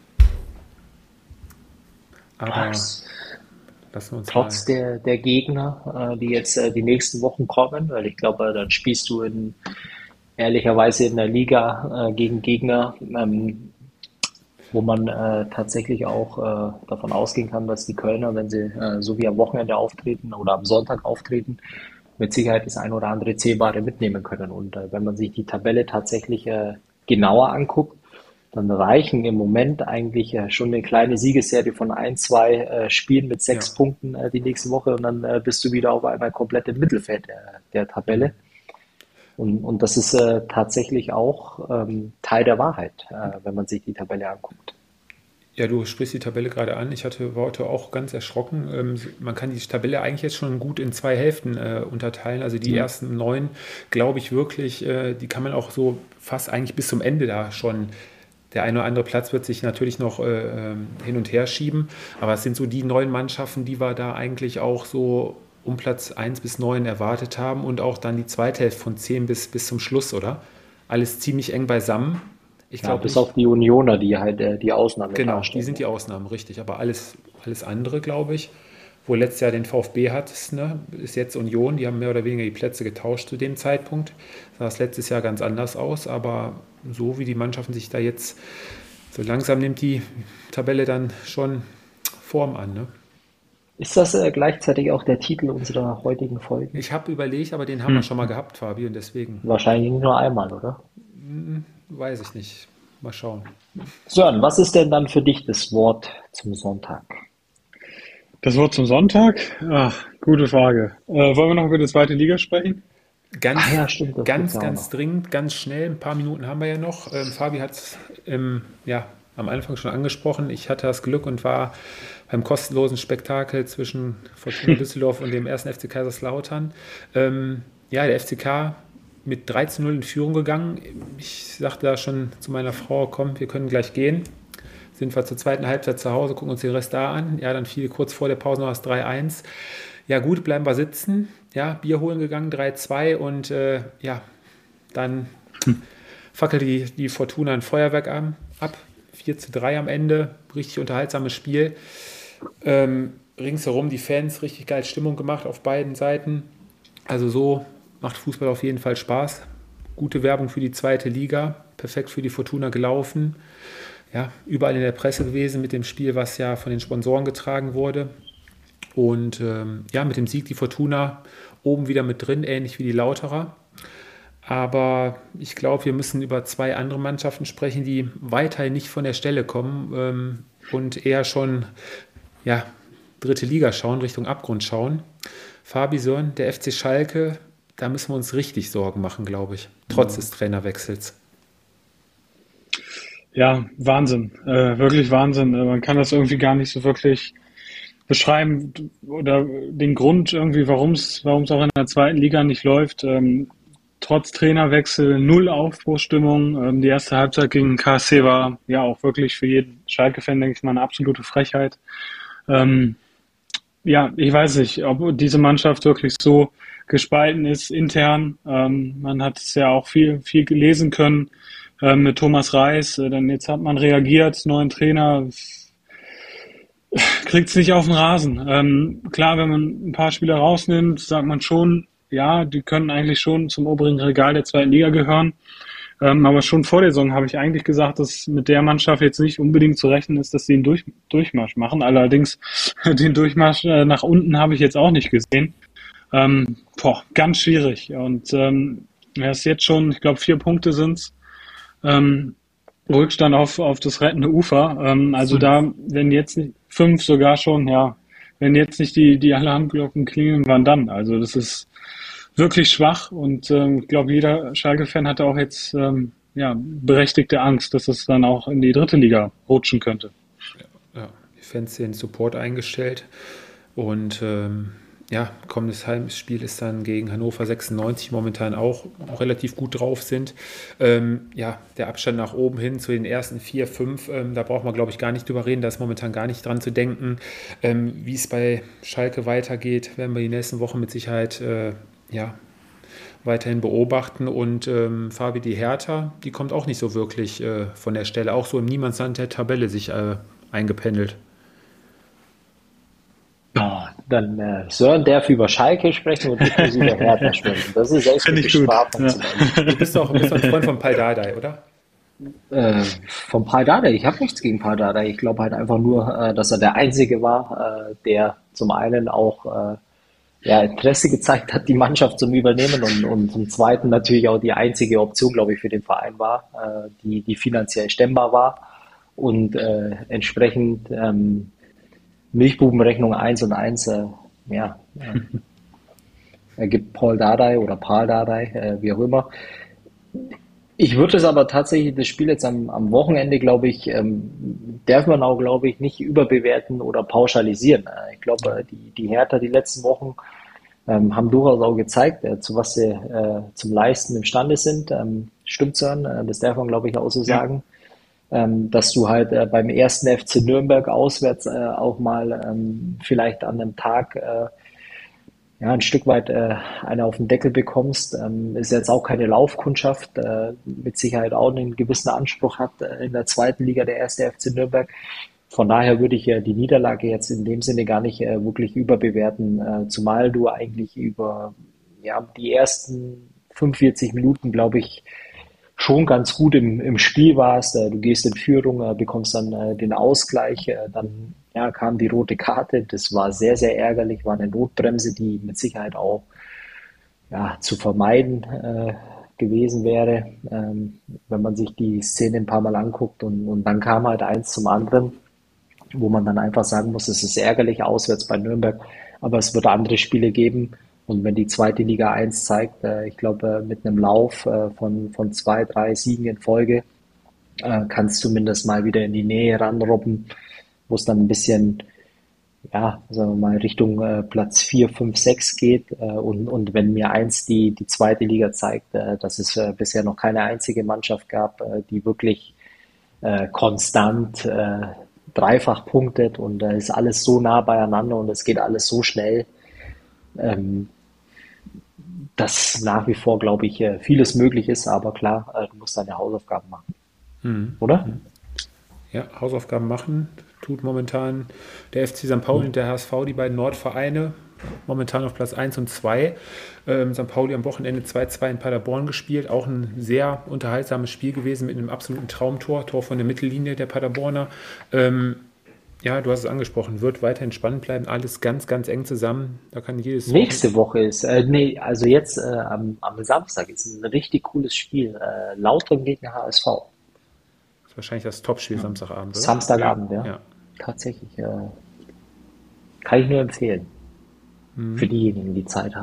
Aber
Krass.
lassen wir uns
Trotz
mal.
der, der Gegner, äh, die jetzt äh, die nächsten Wochen kommen, weil ich glaube, äh, dann spielst du in, ehrlicherweise in der Liga äh, gegen Gegner, ähm, wo man äh, tatsächlich auch äh, davon ausgehen kann, dass die Kölner, wenn sie äh, so wie am Wochenende auftreten oder am Sonntag auftreten, mit Sicherheit das ein oder andere Zählbare mitnehmen können. Und äh, wenn man sich die Tabelle tatsächlich äh, genauer anguckt, dann reichen im Moment eigentlich äh, schon eine kleine Siegesserie von ein, zwei äh, Spielen mit sechs
Ja.
Punkten äh, die nächste Woche und dann äh, bist du wieder auf einmal komplett im Mittelfeld der, der Tabelle. Und, und das ist äh, tatsächlich auch ähm, Teil der Wahrheit, äh, wenn man sich die Tabelle anguckt.
Ja, du sprichst die Tabelle gerade an. Ich hatte, war heute auch ganz erschrocken. Ähm, man kann die Tabelle eigentlich jetzt schon gut in zwei Hälften äh, unterteilen. Also die
Mhm.
ersten neun, glaube ich wirklich, äh, die kann man auch so fast eigentlich bis zum Ende da schon. Der eine oder andere Platz wird sich natürlich noch äh, ähm, hin und her schieben. Aber es sind so die neun Mannschaften, die wir da eigentlich auch so um Platz eins bis neun erwartet haben. Und auch dann die zweite Hälfte von zehn bis, bis zum Schluss, oder? Alles ziemlich eng beisammen. Ich
Ja,
glaube
bis
nicht.
auf die Unioner, die halt äh, die Ausnahme
Genau, die
darstellen.
sind die
Ne?
Ausnahmen, richtig. Aber alles, alles andere, glaube ich, wo letztes Jahr den VfB hattest, ne, ist jetzt Union. Die haben mehr oder weniger die Plätze getauscht zu dem Zeitpunkt. Sah es letztes Jahr ganz anders aus. Aber so wie die Mannschaften sich da jetzt, so langsam nimmt die Tabelle dann schon Form an. Ne?
Ist das äh, gleichzeitig auch der Titel unserer heutigen Folge?
Ich habe überlegt, aber den haben wir schon mal gehabt, Fabi. Und deswegen
Wahrscheinlich nur einmal, oder?
weiß ich nicht. Mal schauen.
Sören, was ist denn dann für dich das Wort zum Sonntag?
Das Wort zum Sonntag? Ach, gute Frage. Äh, wollen wir noch über die zweite Liga sprechen?
Ganz,
Ah ja, stimmt, das gibt's
ganz,
ja auch
ganz
noch.
dringend, ganz schnell. Ein paar Minuten haben wir ja noch. Ähm, Fabi hat es ähm, ja, am Anfang schon angesprochen. Ich hatte das Glück und war beim kostenlosen Spektakel zwischen Fortuna Düsseldorf und dem ersten F C Kaiserslautern. Ähm, ja, der F C K mit drei zu null in Führung gegangen. Ich sagte da schon zu meiner Frau, komm, wir können gleich gehen. Sind wir zur zweiten Halbzeit zu Hause, gucken uns den Rest da an. Ja, dann fiel kurz vor der Pause noch das drei eins. Ja gut, bleiben wir sitzen. Ja, Bier holen gegangen, drei zwei und äh, ja, dann fackelt die, die Fortuna ein Feuerwerk am, ab. vier zu drei am Ende, richtig unterhaltsames Spiel. Ähm, ringsherum die Fans, richtig geil Stimmung gemacht auf beiden Seiten. Also so macht Fußball auf jeden Fall Spaß. Gute Werbung für die zweite Liga, perfekt für die Fortuna gelaufen. Ja, überall in der Presse gewesen mit dem Spiel, was ja von den Sponsoren getragen wurde. Und ähm, ja, mit dem Sieg die Fortuna oben wieder mit drin, ähnlich wie die Lauterer. Aber ich glaube, wir müssen über zwei andere Mannschaften sprechen, die weiterhin nicht von der Stelle kommen ähm, und eher schon ja, dritte Liga schauen, Richtung Abgrund schauen. Fabi Sören, der F C Schalke, da müssen wir uns richtig Sorgen machen, glaube ich, trotz des Trainerwechsels.
Ja, Wahnsinn, äh, wirklich Wahnsinn. Äh, Man kann das irgendwie gar nicht so wirklich beschreiben oder den Grund irgendwie, warum es warum es auch in der zweiten Liga nicht läuft. Ähm, trotz Trainerwechsel, null Aufbruchsstimmung. Ähm, die erste Halbzeit gegen K S C war ja auch wirklich für jeden Schalke-Fan, denke ich mal, eine absolute Frechheit. Ähm, ja, ich weiß nicht, ob diese Mannschaft wirklich so gespalten ist intern. Ähm, man hat es ja auch viel, viel lesen können ähm, mit Thomas Reis. Äh, dann jetzt hat man reagiert, neuen Trainer, kriegt es nicht auf den Rasen. Ähm, klar, wenn man ein paar Spieler rausnimmt, sagt man schon, ja, die können eigentlich schon zum oberen Regal der zweiten Liga gehören. Ähm, aber schon vor der Saison habe ich eigentlich gesagt, dass mit der Mannschaft jetzt nicht unbedingt zu rechnen ist, dass sie einen Durch Durchmarsch machen. Allerdings den Durchmarsch äh, nach unten habe ich jetzt auch nicht gesehen. Ähm, boah, ganz schwierig. Und ähm, er ist jetzt schon, ich glaube, vier Punkte sind's. Ähm, Rückstand auf, auf das rettende Ufer. Ähm, also
Fünf.
da, wenn jetzt nicht, fünf sogar schon, ja, wenn jetzt nicht die, die Alarmglocken klingeln, wann dann? Also das ist wirklich schwach und ähm, ich glaube, jeder Schalke-Fan hatte auch jetzt ähm, ja, berechtigte Angst, dass es dann auch in die dritte Liga rutschen könnte.
Ja, die Fans den Support eingestellt und ähm, ja, kommendes Heimspiel ist dann gegen Hannover sechsundneunzig, momentan auch relativ gut drauf sind. Ähm, ja, der Abstand nach oben hin zu den ersten vier, fünf, ähm, da braucht man, glaube ich, gar nicht drüber reden, da ist momentan gar nicht dran zu denken. Ähm, wie es bei Schalke weitergeht, werden wir die nächsten Wochen mit Sicherheit äh, ja, weiterhin beobachten. Und ähm, Fabi, die Hertha, die kommt auch nicht so wirklich äh, von der Stelle, auch so im Niemandsland der Tabelle sich äh, eingependelt.
Ja, dann äh, Sören darf über Schalke sprechen und ich muss über Hertha sprechen. Das ist echt
Finde
eine
ich gut.
Bestrafung
Ja.
zu nennen.
Du bist doch, bist doch ein Freund von Pal Dardai, oder?
Äh, vom Pal Dardai, ich habe nichts gegen Pal Dardai. Ich glaube halt einfach nur, äh, dass er der Einzige war, äh, der zum einen auch äh, ja, Interesse gezeigt hat, die Mannschaft zum Übernehmen und, und zum Zweiten natürlich auch die einzige Option, glaube ich, für den Verein war, äh, die, die finanziell stemmbar war und äh, entsprechend ähm, Milchbubenrechnung eins und eins, äh, ja, äh, ergibt Paul Dardai oder Pal Dardai, äh, wie auch immer. Ich würde es aber tatsächlich, das Spiel jetzt am, am Wochenende, glaube ich, ähm, darf man auch, glaube ich, nicht überbewerten oder pauschalisieren. Äh, ich glaube, die, die Hertha die letzten Wochen ähm, haben durchaus auch gezeigt, äh, zu was sie äh, zum Leisten imstande sind. Ähm, stimmt, Sören, äh, das darf man, glaube ich, auch so sagen. Ähm, dass du halt äh, beim ersten F C Nürnberg auswärts äh, auch mal ähm, vielleicht an einem Tag äh, ja, ein Stück weit äh, eine auf den Deckel bekommst, ähm, ist jetzt auch keine Laufkundschaft, äh, mit Sicherheit auch einen gewissen Anspruch hat äh, in der zweiten Liga der erste F C Nürnberg. Von daher würde ich äh, die Niederlage jetzt in dem Sinne gar nicht äh, wirklich überbewerten, äh, zumal du eigentlich über ja, die ersten fünfundvierzig Minuten, glaube ich, schon ganz gut im, im Spiel warst. Äh, Du gehst in Führung, äh, bekommst dann äh, den Ausgleich, äh, dann ja, kam die rote Karte. Das war sehr, sehr ärgerlich, war eine Notbremse, die mit Sicherheit auch ja, zu vermeiden äh, gewesen wäre, ähm, wenn man sich die Szene ein paar Mal anguckt. Und, und dann kam halt eins zum anderen, wo man dann einfach sagen muss, es ist ärgerlich auswärts bei Nürnberg, aber es wird andere Spiele geben. Und wenn die zweite Liga eins zeigt, äh, ich glaube, mit einem Lauf äh, von, von zwei, drei Siegen in Folge äh, kann es zumindest mal wieder in die Nähe ranrobben, wo es dann ein bisschen, ja, sagen wir mal, Richtung äh, Platz vier, fünf, sechs geht. Äh, und, und wenn mir eins die, die zweite Liga zeigt, äh, dass es äh, bisher noch keine einzige Mannschaft gab, äh, die wirklich äh, konstant äh, dreifach punktet und da äh, ist alles so nah beieinander und es geht alles so schnell, ähm, dass nach wie vor, glaube ich, äh, vieles möglich ist, aber klar, äh, du musst deine Hausaufgaben machen,
Mhm.
oder?
Ja, Hausaufgaben machen tut momentan der F C Sankt Pauli und der H S V, die beiden Nordvereine, momentan auf Platz eins und zwei. Ähm, Sankt Pauli am Wochenende zwei zwei in Paderborn gespielt, auch ein sehr unterhaltsames Spiel gewesen mit einem absoluten Traumtor, Tor von der Mittellinie der Paderborner. Ähm, ja, du hast es angesprochen, wird weiterhin spannend bleiben, alles ganz, ganz eng zusammen. Da kann jedes
Nächste Woche ist, äh, nee, also jetzt äh, am, am Samstag ist ein richtig cooles Spiel. Äh, Lautern gegen H S V.
Das ist wahrscheinlich das Topspiel Samstagabend, oder?
Samstagabend, ja.
Ja.
Tatsächlich. Äh, kann ich nur empfehlen. Für diejenigen, die Zeit haben.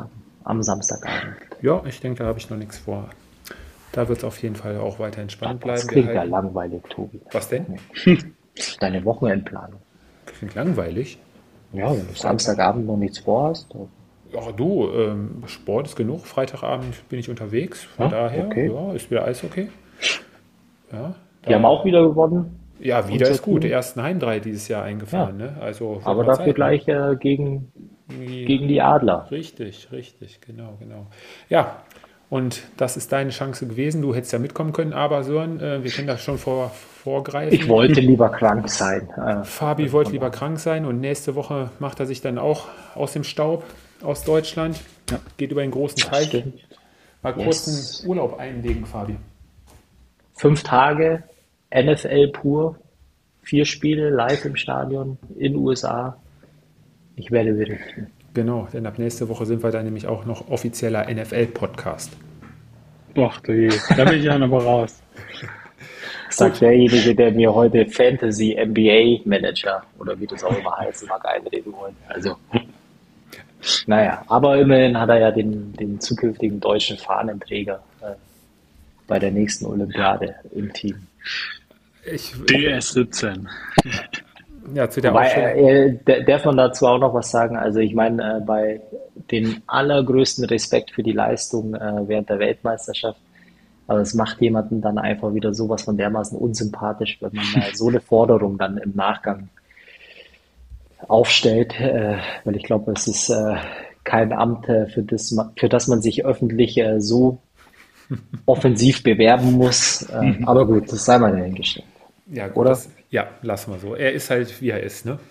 am Samstagabend?
Ja, ich denke, da habe ich noch nichts vor. Da wird es auf jeden Fall auch weiter entspannt bleiben.
Das klingt
Wir
ja
halten-
langweilig, Tobi.
Was denn?
Deine Wochenendplanung.
Klingt langweilig.
Ja, wenn du Samstagabend noch nichts vorhast.
Ja, du, ähm, Sport ist genug. Freitagabend bin ich unterwegs. Von
Ah,
daher,
okay.
ja, ist wieder alles okay. Ja,
Die haben auch wieder gewonnen.
ja, wieder
unser
ist gut.
Team.
Die ersten Heimdrei dieses Jahr eingefahren. Ne? Also,
Aber
wird mal
dafür
Zeit,
gleich äh, gegen,
ne?
gegen die Adler.
Richtig, richtig, genau, genau. Ja, und das ist deine Chance gewesen. Du hättest ja mitkommen können, aber Sören, äh, wir können das schon vor, vorgreifen.
Ich wollte lieber krank sein. Äh,
Fabi wollte lieber krank sein und nächste Woche macht er sich dann auch aus dem Staub aus Deutschland.
Ja.
Geht über den großen Teich.
stimmt.
Mal kurz
Yes.
einen Urlaub einlegen, Fabi.
Fünf Tage, N F L pur, vier Spiele live im Stadion in den U S A. Ich werde berichten.
Genau, denn ab nächste Woche sind wir dann nämlich auch noch offizieller N F L-Podcast.
Boah, du je. Da bin ich dann aber raus.
Sagt derjenige, der mir heute Fantasy N B A Manager oder wie das auch immer heißen mag, einreden wollen. Also, naja, aber immerhin hat er ja den, den zukünftigen deutschen Fahnenträger äh, bei der nächsten Olympiade im Team.
Ich,
D S siebzehn.
ja, zu der
Wobei,
Aufstellung.
äh, d- darf man dazu auch noch was sagen? Also ich meine, äh, bei den allergrößten Respekt für die Leistung äh, während der Weltmeisterschaft, aber es macht jemanden dann einfach wieder sowas von dermaßen unsympathisch, wenn man äh, so eine Forderung dann im Nachgang aufstellt, äh, weil ich glaube, es ist äh, kein Amt, äh, für das man, für das man sich öffentlich äh, so offensiv bewerben muss. Äh, aber gut, das sei mal dahingestellt.
Ja, gut,
Oder?
Das, ja, lassen wir so. Er ist halt, wie er ist, ne?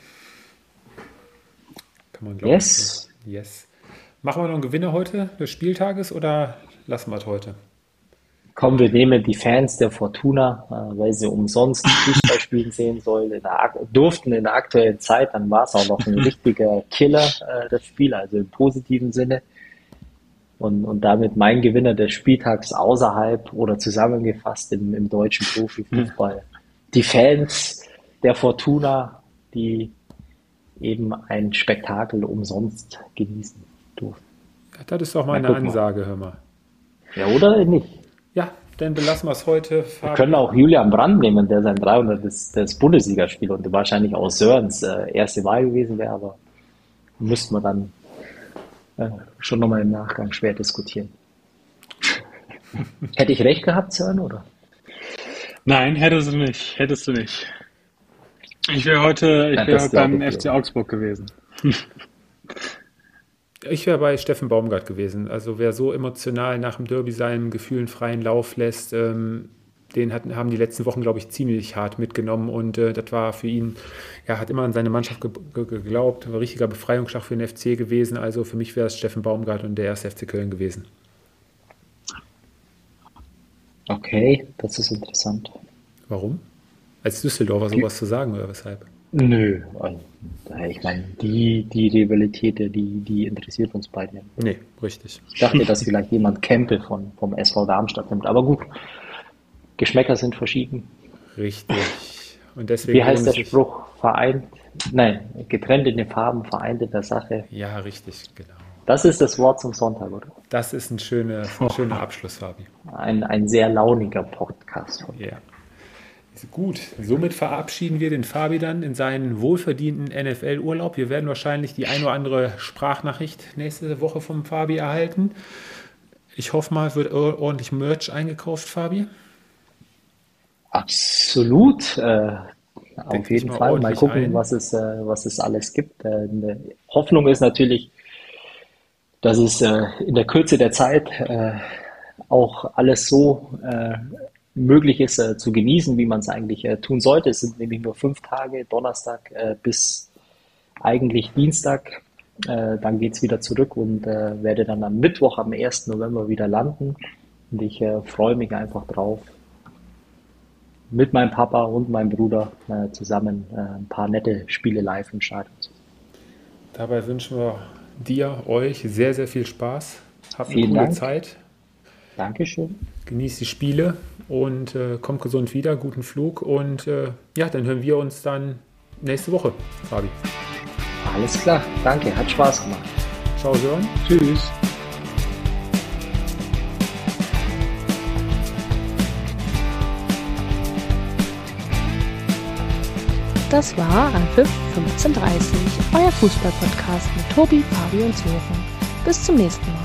Kann man glauben.
Yes.
Yes. Machen wir noch einen Gewinner heute des Spieltages oder lassen wir es heute?
Komm, wir nehmen die Fans der Fortuna, äh, weil sie umsonst Fußball spielen sehen sollen, in der, ak- durften in der aktuellen Zeit, dann war es auch noch ein richtiger Killer, äh, das Spiel, also im positiven Sinne. Und, und damit mein Gewinner des Spieltags außerhalb oder zusammengefasst im, im deutschen Profifußball. Die Fans der Fortuna, die eben ein Spektakel umsonst genießen durften.
Ja, das ist doch mal
Na,
eine
guck mal.
Ansage, hör mal.
Ja, oder nicht?
Ja, dann belassen wir es heute.
Wir
Fabi.
können auch Julian Brandt nehmen, der sein dreihundertes das Bundesligaspiel und wahrscheinlich auch Sörens äh, erste Wahl gewesen wäre, aber müssten wir dann äh, schon nochmal im Nachgang schwer diskutieren. Hätte ich recht gehabt, Sören, oder?
Nein, hättest du nicht. Hättest du nicht. Ich wäre heute, ich
Ja,
wäre
das
heute
glaub
beim
ich
F C
dir.
Augsburg gewesen.
Ich wäre bei Steffen Baumgart gewesen. Also wer so emotional nach dem Derby seinen Gefühlen freien Lauf lässt, ähm, den hat, haben die letzten Wochen, glaube ich, ziemlich hart mitgenommen. Und äh, das war für ihn, er hat immer an seine Mannschaft ge ge geglaubt, war ein richtiger Befreiungsschlag für den F C gewesen. Also für mich wäre es Steffen Baumgart und der erste F C Köln gewesen.
Okay, das ist interessant.
Warum? Als Düsseldorfer sowas zu sagen oder weshalb?
Nö, also, ich meine, die, die Rivalität, die, die interessiert uns beide.
Nee, richtig.
Ich dachte, dass vielleicht jemand Kempel von, vom S V Darmstadt nimmt, aber gut, Geschmäcker sind verschieden.
Richtig. Und deswegen
Wie heißt
lohnt
der
es sich-
Spruch? Vereint, nein, getrennt in den Farben, vereint in der Sache.
Ja, richtig, genau.
Das ist das Wort zum Sonntag, oder?
Das ist ein schöner, ein schöner Abschluss, Fabi.
Ein, ein sehr launiger Podcast.
Ja. Gut, somit verabschieden wir den Fabi dann in seinen wohlverdienten N F L-Urlaub. Wir werden wahrscheinlich die ein oder andere Sprachnachricht nächste Woche vom Fabi erhalten. Ich hoffe mal, wird ordentlich Merch eingekauft, Fabi.
Absolut. Äh,
Denk
auf
ich
jeden
mal
Fall. Mal
ordentlich
gucken,
ein.
was es, äh, was es alles gibt. Äh, eine Hoffnung ist natürlich, dass es äh, in der Kürze der Zeit äh, auch alles so äh, möglich ist äh, zu genießen, wie man es eigentlich äh, tun sollte. Es sind nämlich nur fünf Tage, Donnerstag äh, bis eigentlich Dienstag. Äh, dann geht es wieder zurück und äh, werde dann am Mittwoch, am ersten November wieder landen. Und ich äh, freue mich einfach drauf, mit meinem Papa und meinem Bruder äh, zusammen äh, ein paar nette Spiele live im Stadion zu sehen.
Dabei wünschen wir dir, euch sehr, sehr viel Spaß. Habt eine
Vielen
coole
Dank.
Zeit.
Dankeschön.
Genießt die Spiele und äh, kommt gesund wieder. Guten Flug. Und äh, ja, dann hören wir uns dann nächste Woche, Fabi.
Alles klar. Danke. Hat Spaß gemacht.
Ciao, Sören.
Tschüss.
Das war Anpfiff fünfzehn Uhr dreißig, euer Fußball-Podcast mit Tobi, Fabi und Sören. Bis zum nächsten Mal.